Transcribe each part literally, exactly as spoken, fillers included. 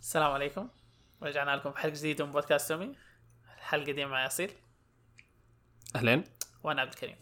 السلام عليكم. رجعنا لكم بحلقة جديدة من بودكاست تومي. الحلقة دي مع ياسير. أهلين. وأنا عبد الكريم.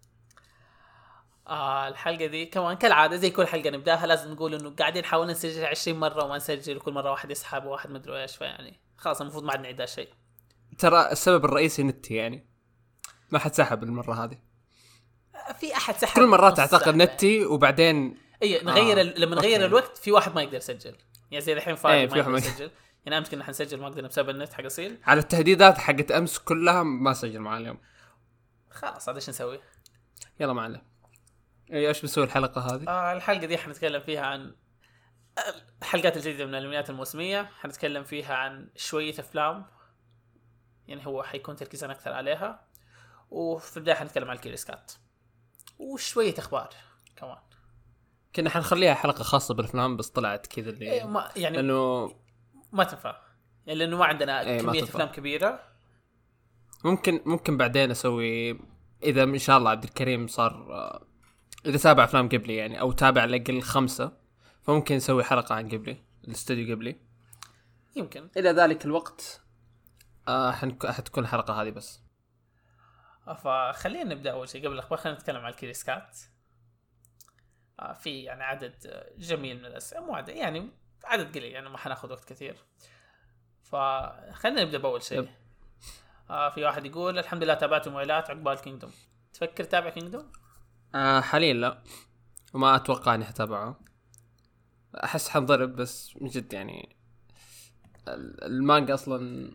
آه الحلقة دي كمان كالعادة زي كل حلقة نبداها لازم نقول إنه قاعدين نحاول نسجل عشرين مرة وما نسجل، وكل مرة واحد يسحب وواحد مدري إيش، فيعني خلاص المفروض ما عاد نعيد هالشيء. ترى السبب الرئيسي نتي، يعني ما حد سحب المرة هذه. في أحد سحب كل مرات أعتقد نتي وبعدين إيه نغير آه. لما نغير الوقت في واحد ما يقدر يسجل، يعني زي الحين فاضي إيه ما في يقدر واحد يسجل. يعني أمس كنا حنسجل ما قدرنا بسبب النت حق أصيل. على التهديدات حقت أمس كلها ما سجل معنا اليوم. خلاص هذا إيش نسوي؟ يلا معنا. إيه إيش بسوي الحلقة هذه؟ آه الحلقة دي حنتكلم فيها عن الحلقات الجديدة من الأنميات الموسمية. حنتكلم فيها عن شوية أفلام، يعني هو حيكون تركيزنا أكثر عليها، وفي البداية حنتكلم عن الكيريسكات وشوية أخبار كمان. كنا حنخليها حلقة خاصة بالأفلام بس طلعت كذا اللي إيه ما يعني لأنه ما تنفع، يعني لأنه ما عندنا إيه كمية ما أفلام كبيرة. ممكن ممكن بعدين أسوي إذا إن شاء الله عبد الكريم صار إذا تابع أفلام قبلي يعني أو تابع على الأقل خمسة، فممكن نسوي حلقة عن قبلي الاستوديو قبلي. يمكن إلى ذلك الوقت آه حنك... حتكون الحلقة هذه بس. فخلينا نبدأ. أول شيء قبل الأخبار خلينا نتكلم عن الكيريسكات. آه في يعني عدد جميل من الأسئلة، مو عدد يعني عدد قليل، يعني ما حناخذ وقت كثير. فخلينا نبدأ بأول شيء. آه في واحد يقول الحمد لله تابعت المويلات عقبال كينجدوم. تفكر تابع كينجدوم؟ آه حاليا لا، وما أتوقع أني حتابعه. أحس حنضرب بس من جد، يعني المانجا أصلا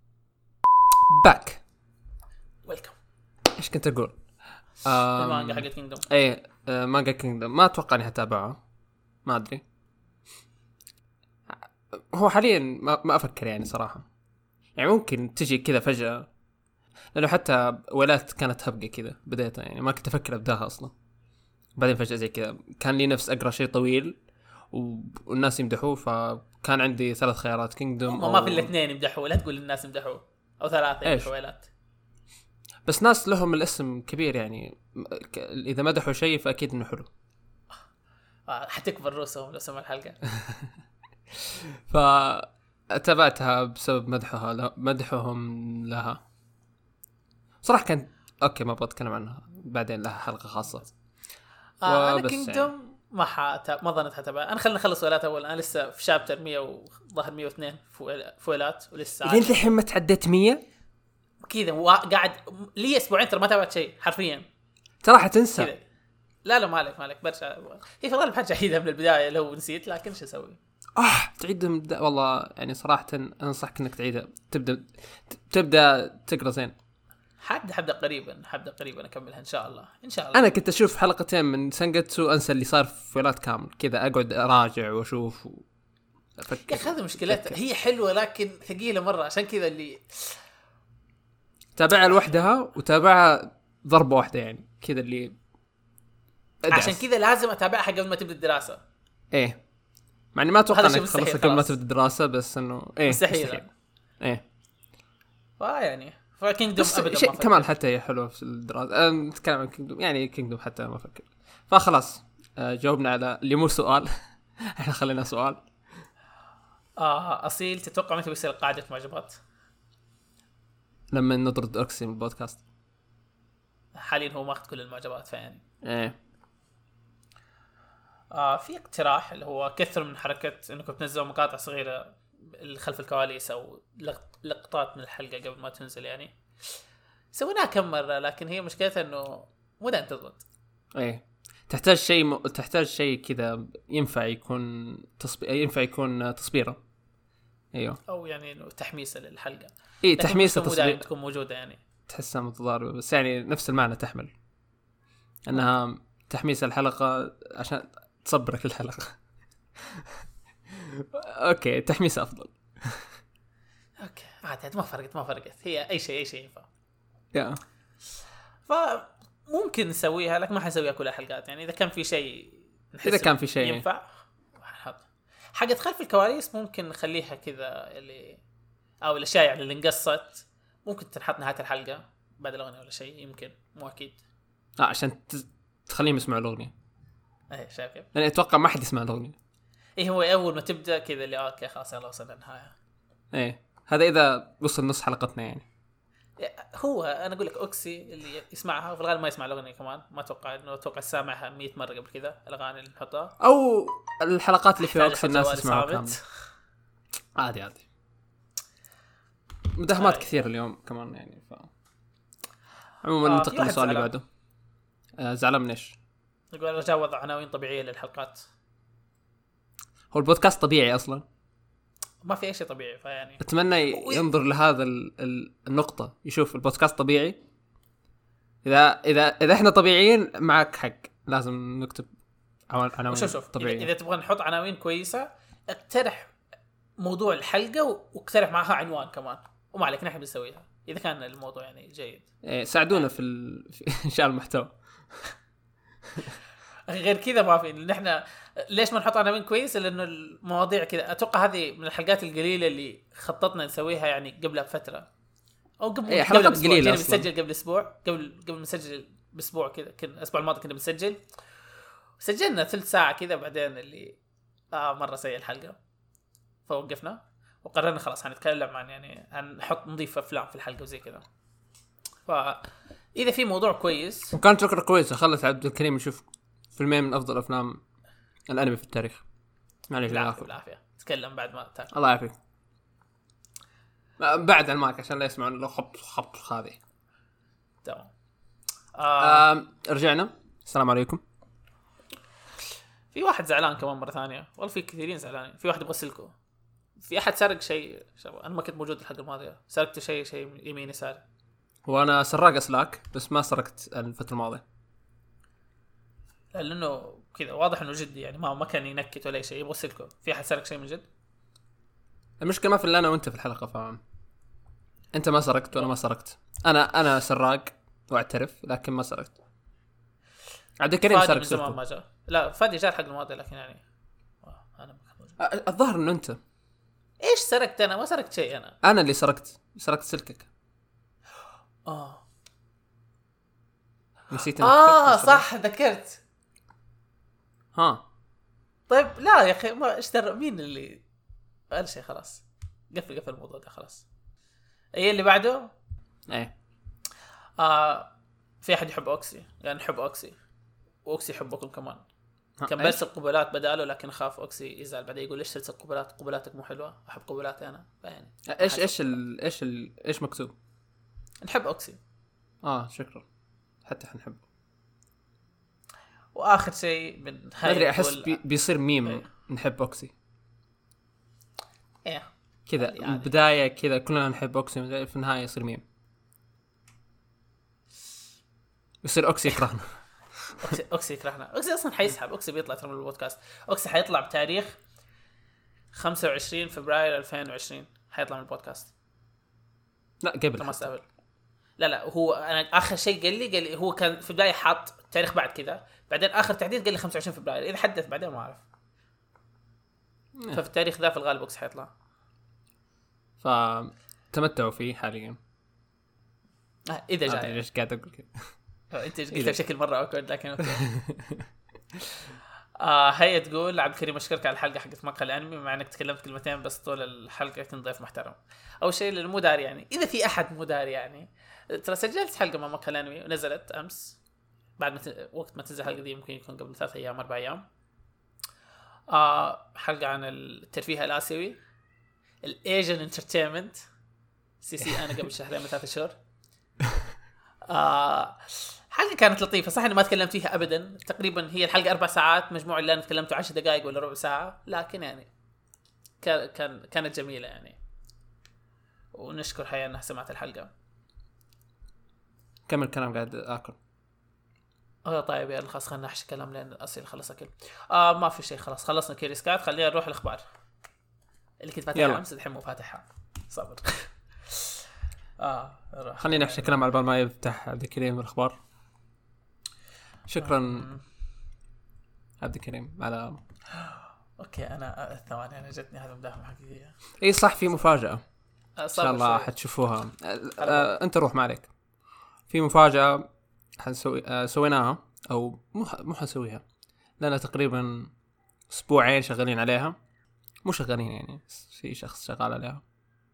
باك. ويلكم. إيش كنت أقول؟ المانجا حق كينجدوم. ايه آه مانجا كينجدوم ما اتوقع اني حتابعه، ما ادري. هو حاليا ما, ما افكر يعني صراحه، يعني ممكن تجي كذا فجاه، لانه حتى ولات كانت هبقه كذا بدايتها، يعني ما كنت افكر ابداها اصلا. بعدين فجاه زي كذا كان لي نفس اقرا شيء طويل والناس يمدحوه، فكان عندي ثلاث خيارات: كينجدوم أو... ما في الاثنين يمدحوه، لا تقول الناس يمدحوه، او ثلاثه يمدحوا ويلات. بس ناس لهم الاسم كبير، يعني اذا مدحوا شيء فاكيد انه حلو. آه حتكبر رؤوسهم لو سمع الحلقه. فتابعتها بسبب مدحها لا مدحهم لها صراحه. كان اوكي ما بتكلم عنها، بعدين لها حلقه خاصه. آه انا كينجدوم يعني. ما حت ما ظنيت هتابع. انا خلينا نخلص ويلات اول، انا لسه في شابتر مية وظهر مية واثنين فويلات ولسه لين الحين ما تعديت مية كذا وقاعد لي اسبوعين ترى ما تابعت شيء حرفيا. ترى حتنسى كذا. لا لا مالك مالك برجع، هي في الغالب حرجع اعيدها من البدايه لو نسيت، لكن شو اسوي؟ اه تعيدها من البداية. والله يعني صراحه انصحك انك تعيدها، تبدا تبدا تقرا زين. حد حبدا قريبا حبدا قريبا اكملها ان شاء الله ان شاء الله. انا كنت اشوف حلقتين من سانجاتسو انسى اللي صار في ويلات كامل، كذا اقعد اراجع واشوف افكر. يا اخي هذه مشكلتها، هي حلوه لكن ثقيله مره، عشان كذا اللي تابعها لوحدها وتابعها ضربه واحده، يعني كذا اللي أدعس. عشان كذا لازم اتابعها قبل ما تبدا الدراسه. ايه مع اني ما اتوقع انك تخلصها قبل ما تبدا الدراسه، بس انه ايه مستحيل, مستحيل. ايه فيعني فكينجدوم ابدا شيء كمان حتى هي حلوه في الدراسه. نتكلم عن كينجدوم، يعني كينجدوم حتى ما افكر. فخلاص جاوبنا على اللي مو سؤال. احنا خلينا سؤال. اه اصيل تتوقع متى بيصير قاعده معجبات؟ لما نطرد اوكسي من البودكاست. حاليا هو ماخذ كل المعجبات، فيعني ايه آه في اقتراح اللي هو كثر من حركه انكم تنزلوا مقاطع صغيره خلف الكواليس او لقطات من الحلقه قبل ما تنزل. يعني سويناها كم مره لكن هي مشكلتها انه مو دائما تضبط. ايه تحتاج شيء م... تحتاج شيء كذا ينفع يكون تصب... ينفع يكون تصبيره. ايوه او يعني انه تحميسه للحلقه. ايه تحميسه تصبير تكون موجوده، يعني تحسها متضاربه بس يعني نفس المعنى تحمل انها مم. تحميس الحلقه عشان تصبرك الحلقه. اوكي تحميس افضل. اوكي عاد ما فرقت ما فرقت هي اي شيء اي شيء ينفع. يا فممكن نسويها لكن ما حنسويها كل الحلقات، يعني اذا كان في شيء اذا كان في شيء ينفع حاجه خلف الكواليس ممكن نخليها كذا، اللي او الاشياء يعني اللي انقصت ممكن تنحط نهايه الحلقه بعد الاغنيه ولا شيء، يمكن مو اكيد. اه عشان تخليهم يسمعوا الاغنيه. ايه شايف كيف؟ لان اتوقع ما حد يسمع الاغنيه. ايه هو اول ما تبدا كذا اللي اوكي خلاص يلا وصلنا النهايه. ايه هذا اذا وصل نص حلقتنا يعني. هو انا اقول لك اوكسي اللي يسمعها في الغالب ما يسمع الاغنيه كمان، ما اتوقع انه اتوقع سامعها مية مره قبل كذا الاغاني اللي نحطها، او الحلقات اللي فيها اوكسي الناس جوالي يسمعوها ثابت. كامله. عادي عادي مداهمات هاي. كثير اليوم كمان يعني ف... عموما آه، في ننتقل واحد للسؤال اللي زعلان. بعده. آه زعلان من ايش؟ يقول رجاء وضع عناوين طبيعيه للحلقات. هو البودكاست طبيعي اصلا؟ ما في اي شيء طبيعي فيعني اتمنى ي- ينظر لهذا ال... ال... النقطه، يشوف البودكاست طبيعي. اذا اذا اذا احنا طبيعيين معك حق، لازم نكتب عوان- عناوين شوف شوف طبيعيه. اذا, إذا تبغى نحط عناوين كويسه اقترح موضوع الحلقه و- واقترح معها عنوان كمان، وما عليك نحن بنسويها اذا كان الموضوع يعني جيد. إيه ساعدونا في, ال... في انشاء المحتوى. غير كذا ما في. نحن ليش ما نحط عناوين كويسه؟ لانه المواضيع كذا اتوقع هذه من الحلقات القليله اللي خططنا نسويها يعني قبل فتره او قبل إيه، قبل حلقات بأسبوع. قليلة كنا أصلاً. بنسجل قبل اسبوع، قبل قبل نسجل باسبوع كذا، كنا الاسبوع الماضي كنا بنسجل سجلنا ثلث ساعه كذا، بعدين اللي اه مره سيء الحلقه فوقفنا وقررنا خلاص هنتكلم عن يعني هنحط نضيف افلام في الحلقه وزي كذا. فاذا في موضوع كويس وكانت فكره كويسه، خلت عبد الكريم يشوف فيلمين من افضل افلام الانمي في التاريخ. معليش بالعافيه ناخذ. بالعافيه تكلم بعد ما تاكل. الله يعافيك. بعد عن المايك عشان لا يسمعون لو خبط خبط هذه. تمام. آه آه رجعنا. السلام عليكم. في واحد زعلان كمان مره ثانيه، والله في كثيرين زعلانين. في واحد يبغى سلكه، في احد سرق شيء شباب. انا ما كنت موجود الحلقه الماضيه، سرقت شيء شيء يمين يسار. هو انا سراق اسلاك بس ما سرقت الفتره الماضيه، لانه كذا واضح انه جدي يعني ما ما كان ينكت ولا شيء، يبغى سلكه. في احد سرق شيء من جد؟ المشكله ما في الا انا وانت في الحلقه، فاهم؟ انت ما سرقت وانا ما سرقت. انا انا سراق واعترف لكن ما سرقت. عبد الكريم فادي سرق من زمان سلكه. ما جاء. لا فادي جاء الحلقه الماضيه لكن يعني آه، انا ما كنت موجود. آه، الظاهر انه انت. ايش سرقت؟ انا ما سرقت شيء. انا انا اللي سرقت سرقت سلكك. اه نسيت انك اه تسرق. صح ذكرت. ها طيب لا يا اخي ما اشتر مين اللي قال شيء؟ خلاص قفل قفل الموضوع ده خلاص. ايه اللي بعده؟ ايه آه في احد يحب اوكسي، يعني نحب اوكسي واوكسي يحبكم كمان. ها، كان إيش؟ برسل قبلات بداله لكن اخاف اوكسي يزعل بعدين يقول ليش ترسل قبلات؟ قبلاتك مو حلوه، احب قبلاتي انا يعني. ايش ايش ال... ايش ال... ايش مكتوب؟ نحب اوكسي. اه شكرا، حتى حنحبه. واخر شيء من ما ادري احس يقول- بي... بيصير ميم. إيه. نحب اوكسي ايه كذا عادي، عادي. البدايه كذا كلنا نحب اوكسي، في النهايه يصير ميم، يصير اوكسي يكرهنا. اوكسي اوكسي يكرهنا. اوكسي اصلا حيسحب. اوكسي بيطلع ترى من البودكاست. اوكسي حيطلع بتاريخ خمسة وعشرين فبراير ألفين وعشرين حيطلع من البودكاست. لا قبل ما حتى. استقبل. لا لا هو انا اخر شيء قال لي قال لي هو كان في البدايه حاط تاريخ بعد كذا، بعدين اخر تحديث قال لي خمسة وعشرين فبراير. اذا حدث بعدين ما اعرف. ففي التاريخ ذا في الغالب اوكسي حيطلع. فتمتعوا فيه حاليا. آه اذا ما جاء ادري يعني. ليش قاعد اقول كذا. آه، انت قلت إذا. بشكل مره اوكورد لكن اوكي. آه هي تقول عبد الكريم اشكرك على الحلقه حقت مقهى الانمي، مع انك تكلمت كلمتين بس طول الحلقه كنت ضيف محترم. اول شيء للمو داري يعني، اذا في احد مو داري يعني، ترى سجلت حلقه مع مقهى الانمي ونزلت امس بعد ما ت... وقت ما تنزل الحلقه دي ممكن يكون قبل ثلاث ايام اربع ايام. آه حلقه عن الترفيه الاسيوي، الايجن انترتينمنت سي سي. انا قبل شهرين من ثلاث شهور. آه حلقه كانت لطيفه صح اني ما تكلمت فيها ابدا. تقريبا هي الحلقه اربع ساعات، مجموع اللي انا تكلمته عشر دقائق ولا ربع ساعه، لكن يعني كان كان كانت جميله يعني. ونشكر حياة انها سمعت الحلقه. كمل كلام قاعد اكل. اه طيب يلا خلاص خلينا نحشي كلام لين اصير خلص اكل. آه ما في شيء خلاص خلصنا كيريس كات. خلينا نروح الاخبار اللي كنت فاتحها يلا. امس الحين مو فاتحها. صبر. اه روح. خلينا نحكي كلام على بال ما يفتح عبد الكريم الاخبار. شكرا مم. عبد الكريم على. اوكي انا آه، ثواني انا جتني هذا مداهمه حقيقيه. اي صح في مفاجاه آه ان صبر شاء الله شوي. حتشوفوها. أه أه انت روح ما عليك. في مفاجاه حنسوي أه سويناها او مو ح- مو حنسويها لنا تقريبا اسبوعين شغالين عليها، مو شغالين يعني في شخص شغال عليها،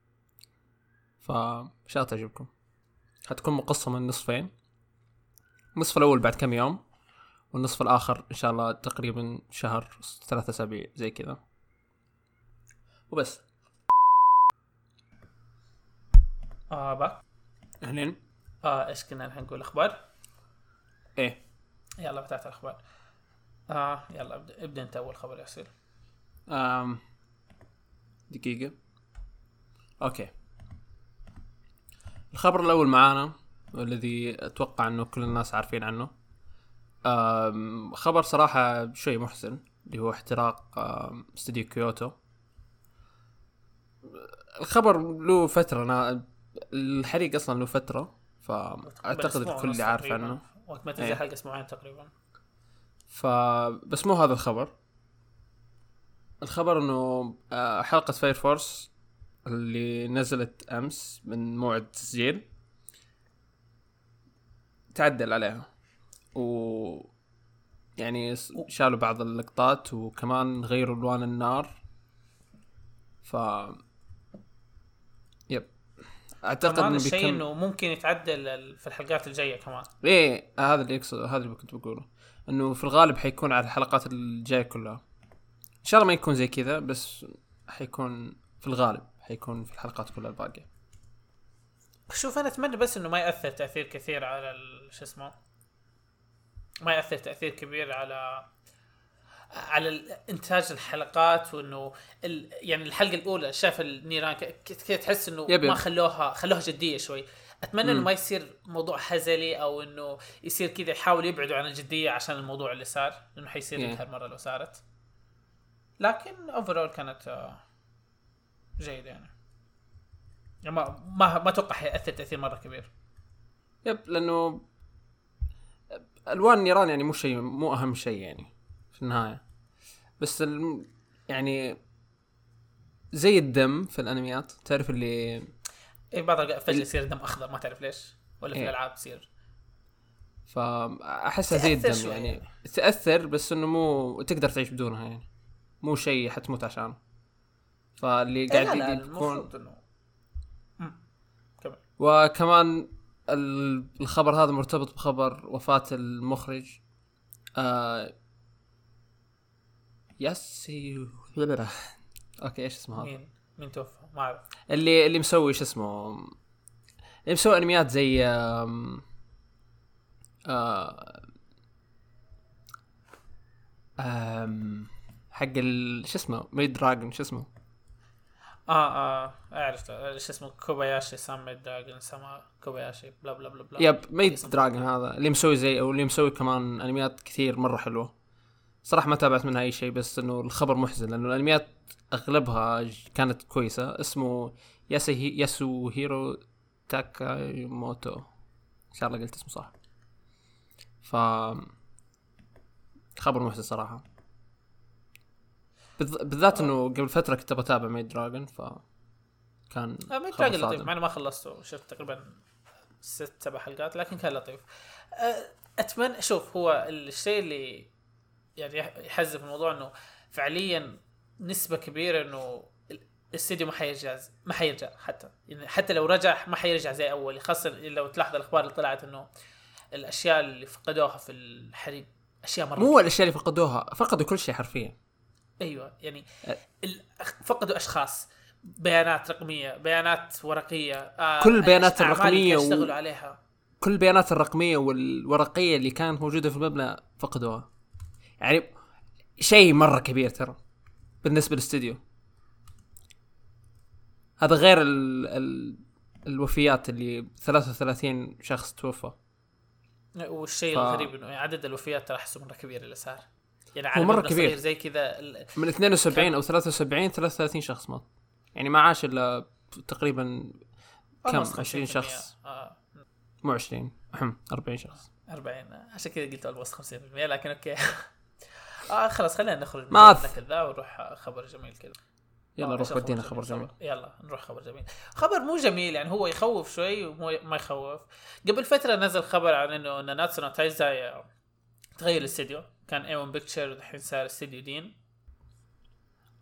فشاء تعجبكم. هتكون مقسمة نصفين، النصف الأول بعد كم يوم، والنصف الآخر إن شاء الله تقريبا شهر ثلاثة أسابيع زي كذا وبس. اه بقى أهلين. اه ايش كنا الحين نقول اخبار؟ إيه يلا فتحت الاخبار. اه يلا ابدا ابدا انت اول خبر يصير. أم دقيقة. أوكي، الخبر الأول معانا والذي أتوقع أنه كل الناس عارفين عنه، أم خبر صراحة شيء محزن، اللي هو احتراق استوديو كيوتو. الخبر له فترة، أنا الحريق أصلا له فترة، فأعتقد الكل عارف عنه. وقت ما تنزل حلقة أسبوعين تقريبا. فبس مو هذا الخبر. الخبر إنه حلقة فاير فورس اللي نزلت أمس من موعد تسجيل تعدل عليها، و يعني شالوا بعض اللقطات وكمان غيروا ألوان النار. ف يب اعتقد انه بيكون شيء انه ممكن يتعدل في الحلقات الجايه كمان. ايه هذا اللي يقصد، هذا اللي كنت بقوله، انه في الغالب حيكون على الحلقات الجايه كلها. ان شاء الله ما يكون زي كذا، بس حيكون في الغالب حيكون في الحلقات كلها الباقيه. شوف انا اتمنى بس انه ما ياثر تاثير كثير على شو اسمه، ما ياثر تاثير كبير على على انتاج الحلقات، وانه ال... يعني الحلقه الاولى شاف النيران كذا تحس انه يبي. ما خلوها خلوها جديه شوي. اتمنى انه ما يصير موضوع هزلي، او انه يصير كذا يحاول يبعدوا عن الجديه عشان الموضوع اللي صار، لانه حيصير yeah. هالمره لو صارت. لكن اوفرول كانت جيده يعني, يعني ما ما ما اتوقع حيأثر تاثير مره كبير. يب، لانه الوان النيران يعني مو شيء، مو اهم شيء يعني في النهايه، بس الم... يعني زي الدم في الانميات، تعرف اللي ايه بعض فجأة يصير دم اخضر ما تعرف ليش، ولا في إيه. الالعاب تصير، فاحسها زي الدم يعني تأثر، بس انه مو تقدر تعيش بدونها يعني، مو شيء حتموت عشانه. فاللي إيه قاعد لا يكون انه كمان. وكمان الخبر هذا مرتبط بخبر وفاة المخرج آه ياسي اوكي ايش اسمه هذا؟ مين مين توفى ما اعرف. اللي اللي مسوي ايش اسمه، اللي مسوي انميات زي آم آه آم حق ال شو اسمه ميد دراجون، شو اسمه اه اه اعرف ايش اسمه، كوباياشي سام ميد دراجون سما كوباياشي بلا بلا بلا بلا. يب ميد دراجون هذا اللي مسوي زي، او اللي مسوي كمان انميات كثير مره حلوه صراحه. ما تابعت منها اي شيء، بس انه الخبر محزن لانه الانميات اغلبها كانت كويسه. اسمه ياسي ياسو هيرو تاكاموتو، ان شاء الله قلت اسمه صح. ف خبر محزن صراحه، بالذات انه قبل فتره كنت بتابع ميد دراجون، ف كان ميد دراجون لطيف، مع انه ما خلصته، شفت تقريبا ست سبع حلقات، لكن كان لطيف. اتمنى شوف هو الشيء اللي يعني يحزن في الموضوع انه فعليا نسبه كبيره انه الاستديو ما حيرجع ما حيرجع حتى يعني حتى لو رجع ما حيرجع زي اول، خاصه لو تلاحظ الاخبار اللي طلعت انه الاشياء اللي فقدوها في الحريق اشياء مره مو الاشياء اللي فقدوها، فقدوا كل شيء حرفيا. ايوه يعني فقدوا اشخاص، بيانات رقميه، بيانات ورقيه، آه كل البيانات الرقميه يشتغلوا و... عليها، كل البيانات الرقميه والورقيه اللي كانت موجوده في المبنى فقدوها. يعني شيء مره كبير ترى بالنسبه للاستديو هذا، غير ال ال الوفيات اللي ثلاثة وثلاثين شخص توفى. والشيء ف... الغريب انه عدد الوفيات ترى احسه مره كبير اللي صار، يعني على مره كبير زي كذا ال... من اثنين وسبعين كان... او ثلاثة وسبعين ثلاثة وثلاثين شخص مات، يعني ما عاش الا تقريبا كم عشرين شخص. آه. مو عشرين أربعين شخص، أربعين عشان كذا قلت almost خمسين بالمية، لكن اوكي. اه خلاص خلينا نخرج من كذا ونروح خبر جميل كذا. يلا روح ودينا خبر جميل. يلا نروح خبر جميل. خبر مو جميل يعني، هو يخوف شوي وما يخوف. قبل فترة نزل خبر عن انه ناناتسو نو تايزاي تغير الاستديو، كان اي ون بيكتشر والحين صار استديو دين.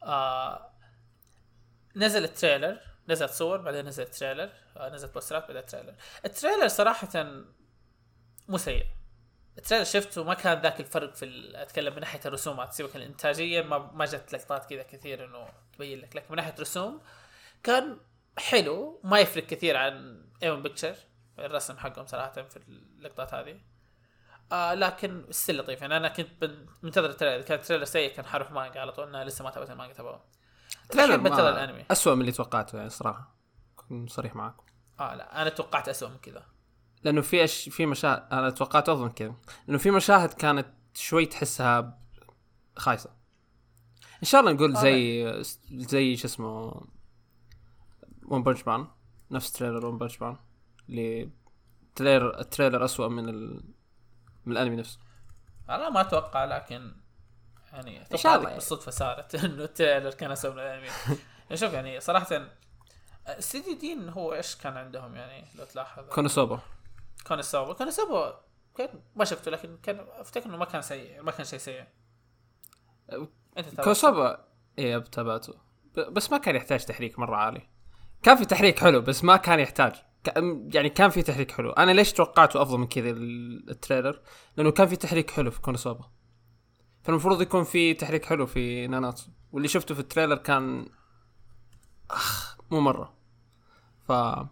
آه نزل التريلر، نزلت صور بعدين نزل التريلر، آه نزلت بوسترات بعدين التريلر. التريلر صراحة مو سيء. التريلر شفته ما كان ذاك الفرق في ال... اتكلم من ناحيه الرسومات، سيبك الانتاجيه ما ما جت لقطات كذا كثير انه تبين لك، لكن من ناحيه رسوم كان حلو، ما يفرق كثير عن ايون بيكتشر الرسم حقهم صراحه في اللقطات هذه. آه لكن ستيل لطيف يعني. انا كنت منتظر التريلر، كان التريلر سيء كان حرف مانجا على طول، انا لسه ما تابعت المانجا تبعه. التريلر بنتظر الانمي اسوأ من اللي توقعته يعني صراحه، كنت صريح معاكم. اه لا انا توقعت اسوأ من كذا، لانه في أش... في مشاهد انا توقعت افضل كذا، لانه في مشاهد كانت شوي تحسها خايسه. ان شاء الله نقول زي آه زي شو اسمه ون بنش مان، نفس تريلر ون بنش مان اللي تريلر التريلر اسوأ من ال... من الانمي نفسه. انا ما اتوقع، لكن يعني ان شاء الله بالصدفه صارت انه التريلر كان اسوء من الانمي. يعني شوف يعني صراحه استديو دين هو ايش كان عندهم يعني لو تلاحظ كونوسوبا كونوسوبا كونوسوبا كان ما شفته، لكن كان افتكر انه ما كان سيء، ما كان شيء سيء. انت كونوسوبا ايه تابعته بس ما كان يحتاج تحريك مره عالي. كان في تحريك حلو بس ما كان يحتاج، يعني كان في تحريك حلو. انا ليش توقعته افضل من كذا التريلر؟ لانه كان في تحريك حلو في كونوسوبا، فالمفروض يكون في تحريك حلو في ناناتسو، واللي شفته في التريلر كان اخ مو مره. ف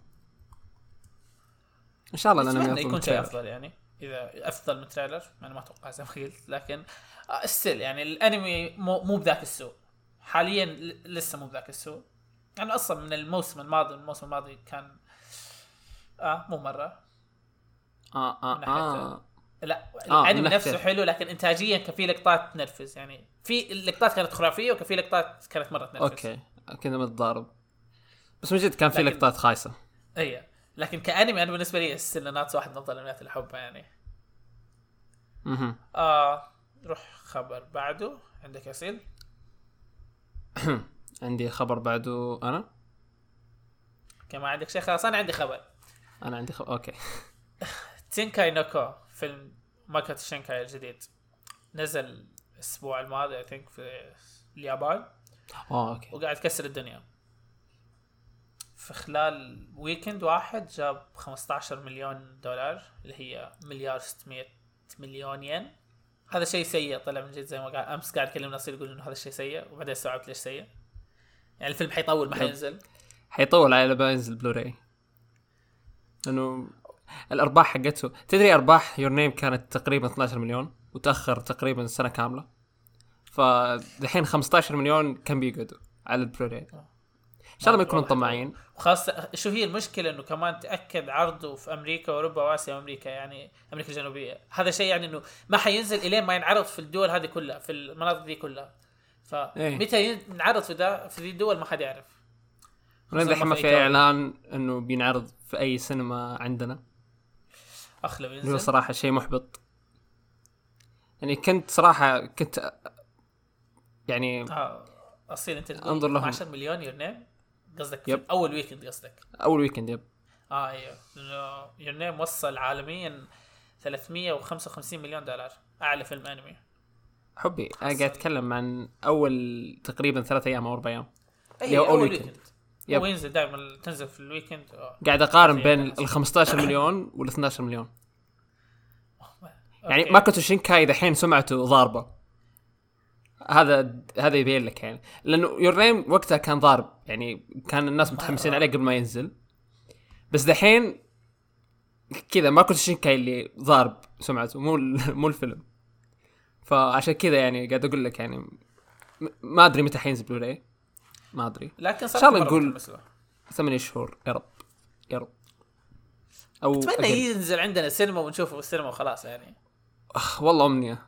ان شاء الله لانه يكون شيء افضل يعني، اذا افضل من التريلر انا ما اتوقع زي ما قلت، لكن السل يعني الانمي مو مو بذاك السوء حاليا، لسه مو بذاك السوء يعني. اصلا من الموسم الماضي الموسم الماضي كان اه مو مره اه اه, آه. لا الانمي آه نفسه حلو، لكن انتاجيا كان في لقطات تنرفز يعني، في اللقطات كانت خرافيه وكان في لقطات كانت مره تنرفز. اوكي كذا متضارب، بس من جد كان في لقطات خايسه. اي لكن كانمي انا بالنسبه لي السلنات واحد من افضل الانميات اللي احبها يعني. اها اه روح خبر بعده عندك ياسين. عندي خبر بعده انا كما عندك شيء خلاص انا عندي خبر. انا عندي خبر اوكي. تينكاي نوكو فيلم ماكوتو شينكاي الجديد نزل الاسبوع الماضي اي ثينك في اليابان. اه اوكي. وقاعد يكسر الدنيا في خلال ويكند واحد، جاب خمسة عشر مليون دولار اللي هي مليار ستمية مليون ين. هذا شيء سيء طلع من جد، زي ما قاعد امس قاعد اكلم ناس يقولون انه هذا الشيء سيء، وبعدين استوعبت ليش سيء. يعني الفيلم حيطول ما حينزل، حيطول على ما ينزل بلوراي، لانه الارباح حقته تدري ارباح يور نيم كانت تقريبا اثنا عشر مليون وتاخر تقريبا سنه كامله، فالحين خمسة عشر مليون كم بيقعدوا على البلوراي. ان شاء الله ما يكونوا طماعين. وخاصه شو هي المشكله انه كمان تاكد عرضه في امريكا واوروبا واسيا وامريكا، يعني امريكا الجنوبيه. هذا شيء يعني انه ما حينزل الين ما ينعرض في الدول هذه كلها، في المناطق دي كلها. فمتى إيه؟ ينعرض في ده في الدول ما حد يعرف. الحين ما في اعلان انه بينعرض في اي سينما عندنا. اخلو ينزل صراحه شيء محبط يعني. كنت صراحه كنت يعني اه اصيل انت انظر لهم عشرة مليون يور نيم قصدك يب. في اول ويكند قصدك اول ويكند يب. اه ايوه لانه يور نيم وصل عالميا ثلاثمية وخمسة وخمسين مليون دولار، اعلى فيلم انمي. حبي انا قاعد اتكلم عن اول تقريبا ثلاث ايام او اربع ايام اللي هو اول ويكند. هو ينزل دائما تنزل في الويكند. قاعد اقارن بين ال خمسة عشر مليون وال اثنا عشر مليون. يعني ماكوتو شينكاي دحين سمعته ضاربه. هذا هذا يبين لك يعني، لانه يور نيم وقتها كان ضارب يعني، كان الناس متحمسين عليه قبل ما ينزل، بس دحين كذا ماكوتو شينكاي اللي ضارب سمعته مو مو الفيلم. فعشان كذا يعني قاعد اقول لك يعني ما ادري متى حينزل بلوراي، ما ادري، لكن ان شاء الله نقول ثمانية شهور يا رب يا رب. او اتمنى ينزل عندنا سينما ونشوفه في السينما وخلاص يعني. أخ والله امنيه،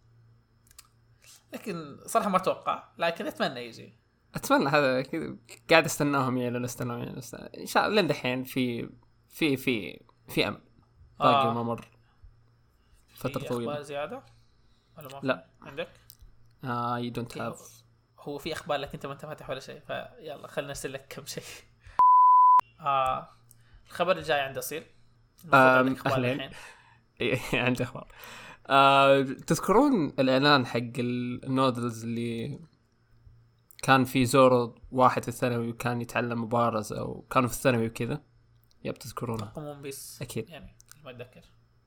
لكن صراحه ما اتوقع، لكن اتمنى يجي. اتمنى هذا كذا قاعد استناهم يعني، استناهم يعني ان شاء الله. لين دحين في في في في امل باقي آه. ما مر فتره طويله. اخبار زياده ولا ما لا عندك؟ اه يو دونت هاف. هو في اخبار لكن انت ما انت فاتح ولا شيء، فيلا خلينا نرسل لك كم شيء. اه الخبر الجاي عند اصيل. اهلين عندي اخبار. آه، تذكرون الاعلان حق النودلز اللي كان في زورو واحد في الثانوي وكان يتعلم مبارزة أو كانوا في الثانوي وكذا. يب تذكرونه طاقم ون بيس أكيد. يعني ما اتذكر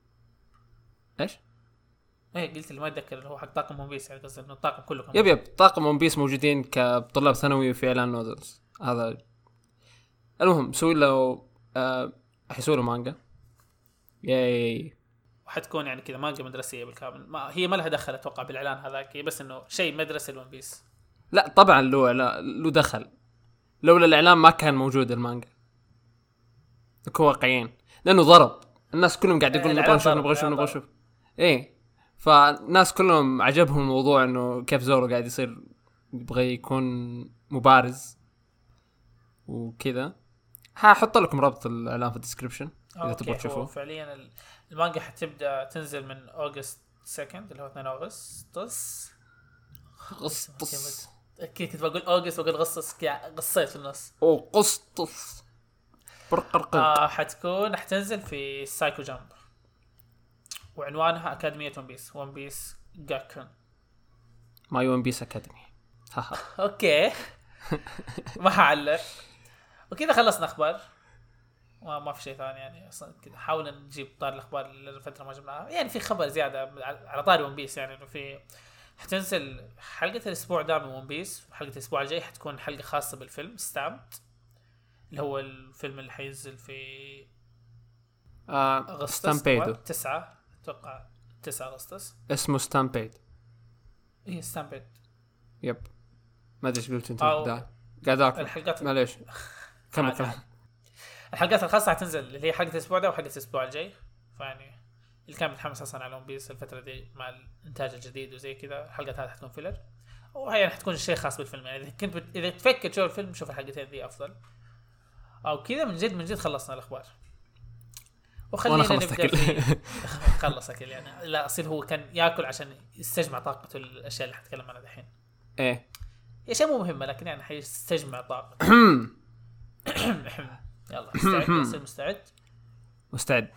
إيش ايه قلت اللي ما اتذكر اللي هو حق طاقم ون بيس يعني قصدي انه الطاقم كله كان يب يب طاقم ون بيس موجودين كطلاب ثانوي في إعلان نودلز هذا. المهم سوي له آه حيسوي له مانجا ياي وحتكون يعني كذا مانجا مدرسيه بالكامل. ما هي ما لها دخل اتوقع بالاعلان هذاك بس انه شيء مدرسي الون بيس. لا طبعا له لا له دخل لولا الإعلان ما كان موجود المانجا. نكون واقعيين لأنه ضرب الناس كلهم قاعد يقولون نبغى نشوف نبغى نشوف نبغى نشوف إيه. فالناس كلهم عجبهم الموضوع إنه كيف زورو قاعد يصير يبغى يكون مبارز وكذا. هحط لكم رابط الإعلان في الديسكريبشن إذا تبغوا تشوفوه. فعليا المانجا حتبدأ تنزل من أغسطس سكند اللي هو اثنين أغسطس أغسطس أكيد كنت بقول أغسطس وقل غصص قصيت في النص أو قسطس برقرقر. آه حتكون حتنزل في سايكو جامب وعنوانها أكاديمية ون بيس ون بيس جاكن ماي ون بيس أكاديمي. هاها أوكي ما حعلق. وكذا خلصنا أخبار ما ما في شيء ثاني يعني اصلا كذا حاولنا نجيب طار الاخبار اللي فتره ما جبناها. يعني في خبر زياده على طاري ون بيس يعني انه في حتنزل حلقه الاسبوع ده من ون بيس. حلقه الاسبوع الجاي حتكون حلقه خاصه بالفيلم ستامبد اللي هو الفيلم اللي حينزل في آه اغسطس ستامبيدو تسعة اتوقع تسعة اغسطس اسمه ستامبيد. ايه ستامبيد يب ما ادري ايش قلت انت أو ده قاعد اكل الحلقات معليش كمل كمل. الحلقات الخاصة هتنزل اللي هي حلقة الأسبوع ده وحلقة الأسبوع الجاي. فيعني اللي كان متحمس أصلا على ون بيس الفترة دي مع الإنتاج الجديد وزي كذا الحلقات هذه حتكون فيلر وهي يعني حتكون شيء خاص بالفيلم. يعني إذا كنت بت... إذا تفكر تشوف الفيلم شوف الحلقتين دي أفضل. أو كذا من جد من جد خلصنا الأخبار وخلينا نبدأ في خلص أكل يعني. لا أصير هو كان يأكل عشان يستجمع طاقته الأشياء اللي حتكلم عنها دحين. إيه هي شيء مو مهمة لكن يعني حيستجمع طاقته. يلا مستعد يصير مستعد مستعد.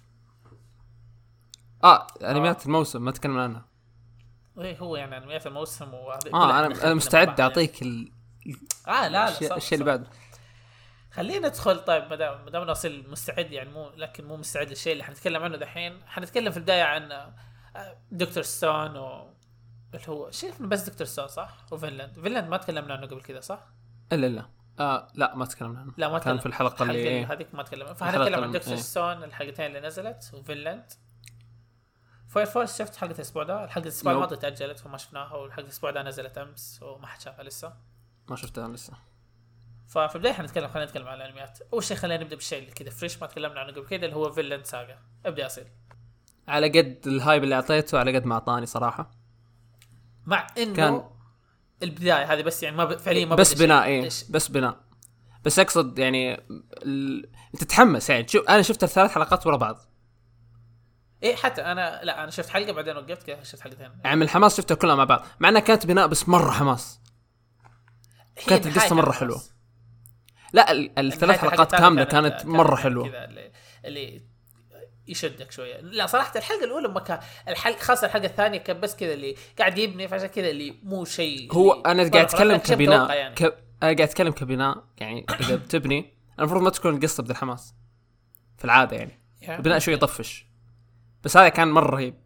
اه انميات الموسم ما تكلمنا عنها. ايه هو يعني انميات الموسم وهذا اه انا انا مستعد اعطيك ال... اه لا لا الشيء, الشيء اللي بعده. خلينا ندخل. طيب ما دام ما دام نوصل مستعد يعني مو لكن مو مستعد للشيء اللي حنتكلم عنه دحين. حنتكلم في البدايه عن دكتور ستون و اللي هو شايف بس دكتور ستون صح وفينلاند. فينلاند ما تكلمنا عنه قبل كذا صح؟ الا لا آه لا ما تكلمنا عنه. لا ما كان في الحلقه اللي إيه؟ هذيك ما تكلمنا. فهنتكلم عن دكتور إيه؟ ستون الحلقتين اللي نزلت وفينلاند. فاير فورس شفت حلقه الاسبوع ده. الحلقه الاسبوع الماضي تاجلت فما شفناها والحلقه الاسبوع ده نزلت امس وما حد شافها لسه. ما شفتها لسه. ففي البدايه حنتكلم خلينا نتكلم عن الانميات. اول شيء خلينا نبدا بالشيء اللي كذا فريش ما تكلمنا عنه قبل كذا اللي هو فينلاند ساغا. ابدا اصيل على قد الهايب اللي اعطيته على قد ما اعطاني صراحه. مع انه كان البدايه هذه بس يعني ما ب... فعليا ما بس بناء ايه بس بناء بس اقصد يعني ال... تتحمس يعني. شوف انا شفت الثلاث حلقات ورا بعض. ايه حتى انا لا انا شفت حلقه بعدين وقفت كذا شفت حلقتين يعني من الحماس شفتها كلها مع بعض مع انها كانت بناء بس مره حماس. كانت القصه مره حلوه. لا الثلاث حلقات كامله كانت, كانت مره حلوه اللي, اللي يشدك شويه. لا صراحه الحلقه الاولى ما كان الحلقه خاصه الحلقه الثانيه كان بس كذا اللي قاعد يبني فعشان كذا اللي مو شيء. هو انا قاعد اتكلم كبناء يعني. ك... انا قاعد اتكلم كبناء يعني اذا بتبني المفروض ما تكون القصه بدل حماس في العاده يعني البناء شوي يطفش. بس هذا كان مره رهيب.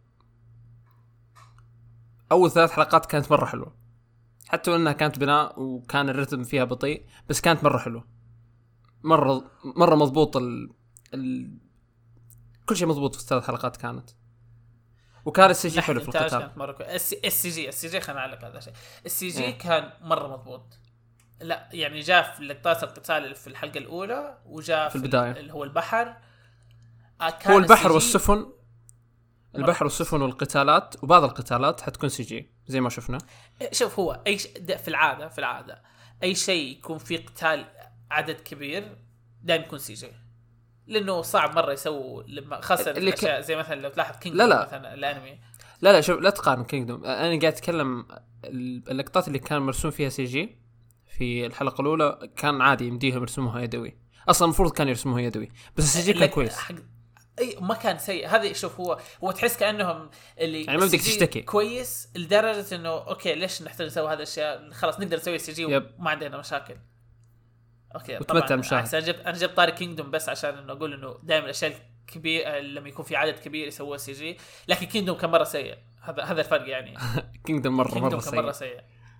اول ثلاث حلقات كانت مره حلوه حتى انها كانت بناء وكان الرتم فيها بطيء بس كانت مره حلوه مره مره مضبوط ال... ال... كل شيء مضبوط في الثلاث حلقات كانت. وكان السي جي حلو في القتال. كانت مره السي جي السي جي خلينا نعلق هذا الشيء. السي جي كان مره مضبوط. لا يعني جاء في لقطات القتال في الحلقه الاولى وجاء في البدايه اللي هو البحر. هو البحر والسفن البحر والسفن والقتالات وبعض القتالات حتكون سي جي زي ما شفنا. شوف هو اي ش... في العاده في العاده اي شيء يكون فيه قتال عدد كبير دائما يكون سي جي لانه صعب مره يسووا لما خاصه الاشياء ك... زي مثلا لو تلاحظ كينجدوم مثلا الانمي. لا لا شوف لا تقارن كينجدوم. انا قاعد اتكلم اللقطات اللي كان مرسوم فيها سي جي في الحلقه الاولى كان عادي يمديهم يرسموها يدوي. اصلا المفروض كان يرسموها يدوي بس السي جي كان كويس. حق... اي ما كان سيء. هذا شوف هو هو تحس كانهم اللي يعني ما بدك تشتكي كويس لدرجه انه اوكي ليش نحتاج نسوي هذا الاشياء، خلاص نقدر نسوي سي جي وما عندنا مشاكل. اوكي طبعا انا جبت انا جبت طاري كينجدوم بس عشان انه اقول انه دائما الاشياء الكبيره لما يكون في عدد كبير يسووا سي جي، لكن كينجدوم كان مره سيء. هذا هذا الفرق يعني. كينجدوم مره كينجدوم مره كان سيء. مره سيء.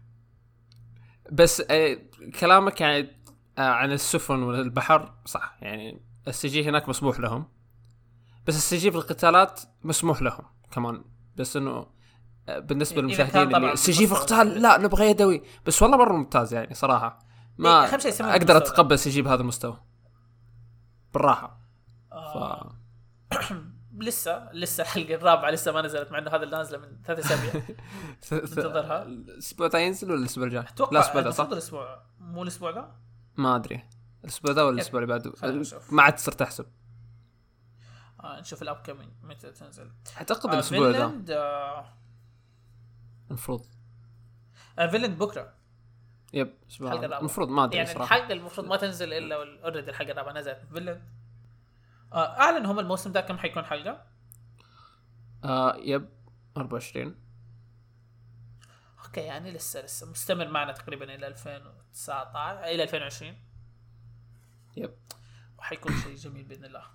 بس آه كلامك يعني آه عن السفن والبحر صح، يعني السي جي هناك مسموح لهم، بس السي جي في القتالات مسموح لهم كمان. بس انه بالنسبه للمشاهدين اللي السي جي في القتال لا نبغى يدوي، بس والله مره ممتاز يعني صراحه. ما اقدر اتقبل سي جي بهذا المستوى بالراحه. آه. ف... لسه لسه الحلقه الرابعه لسه ما نزلت، مع انه هذا اللي نازله من ثلاث اسابيع. انتظرها. الاسبوع ده ينزل ولا الاسبوع الجاي؟ لا الاسبوع ده صح. الاسبوع مو الاسبوع ده ما ادري الاسبوع ده ولا الاسبوع اللي بعده، ما عاد صرت احسب. آه نشوف الاب كمين متى تنزل. اعتقد آه الاسبوع ده آه المفروض آه فيلند بكره. يب المفروض ما ادري يعني صراحه. الحلقه المفروض ما تنزل الا اوريدي الحلقه الرابعه نزلت فيلند. آه اعلن هم الموسم ده كم حيكون حلقه؟ آه يب أربعة وعشرين. اوكي يعني لسه لسه مستمر معنا تقريبا الى ألفين وتسعة عشر الى ألفين وعشرين. يب وحيكون شيء جميل باذن الله.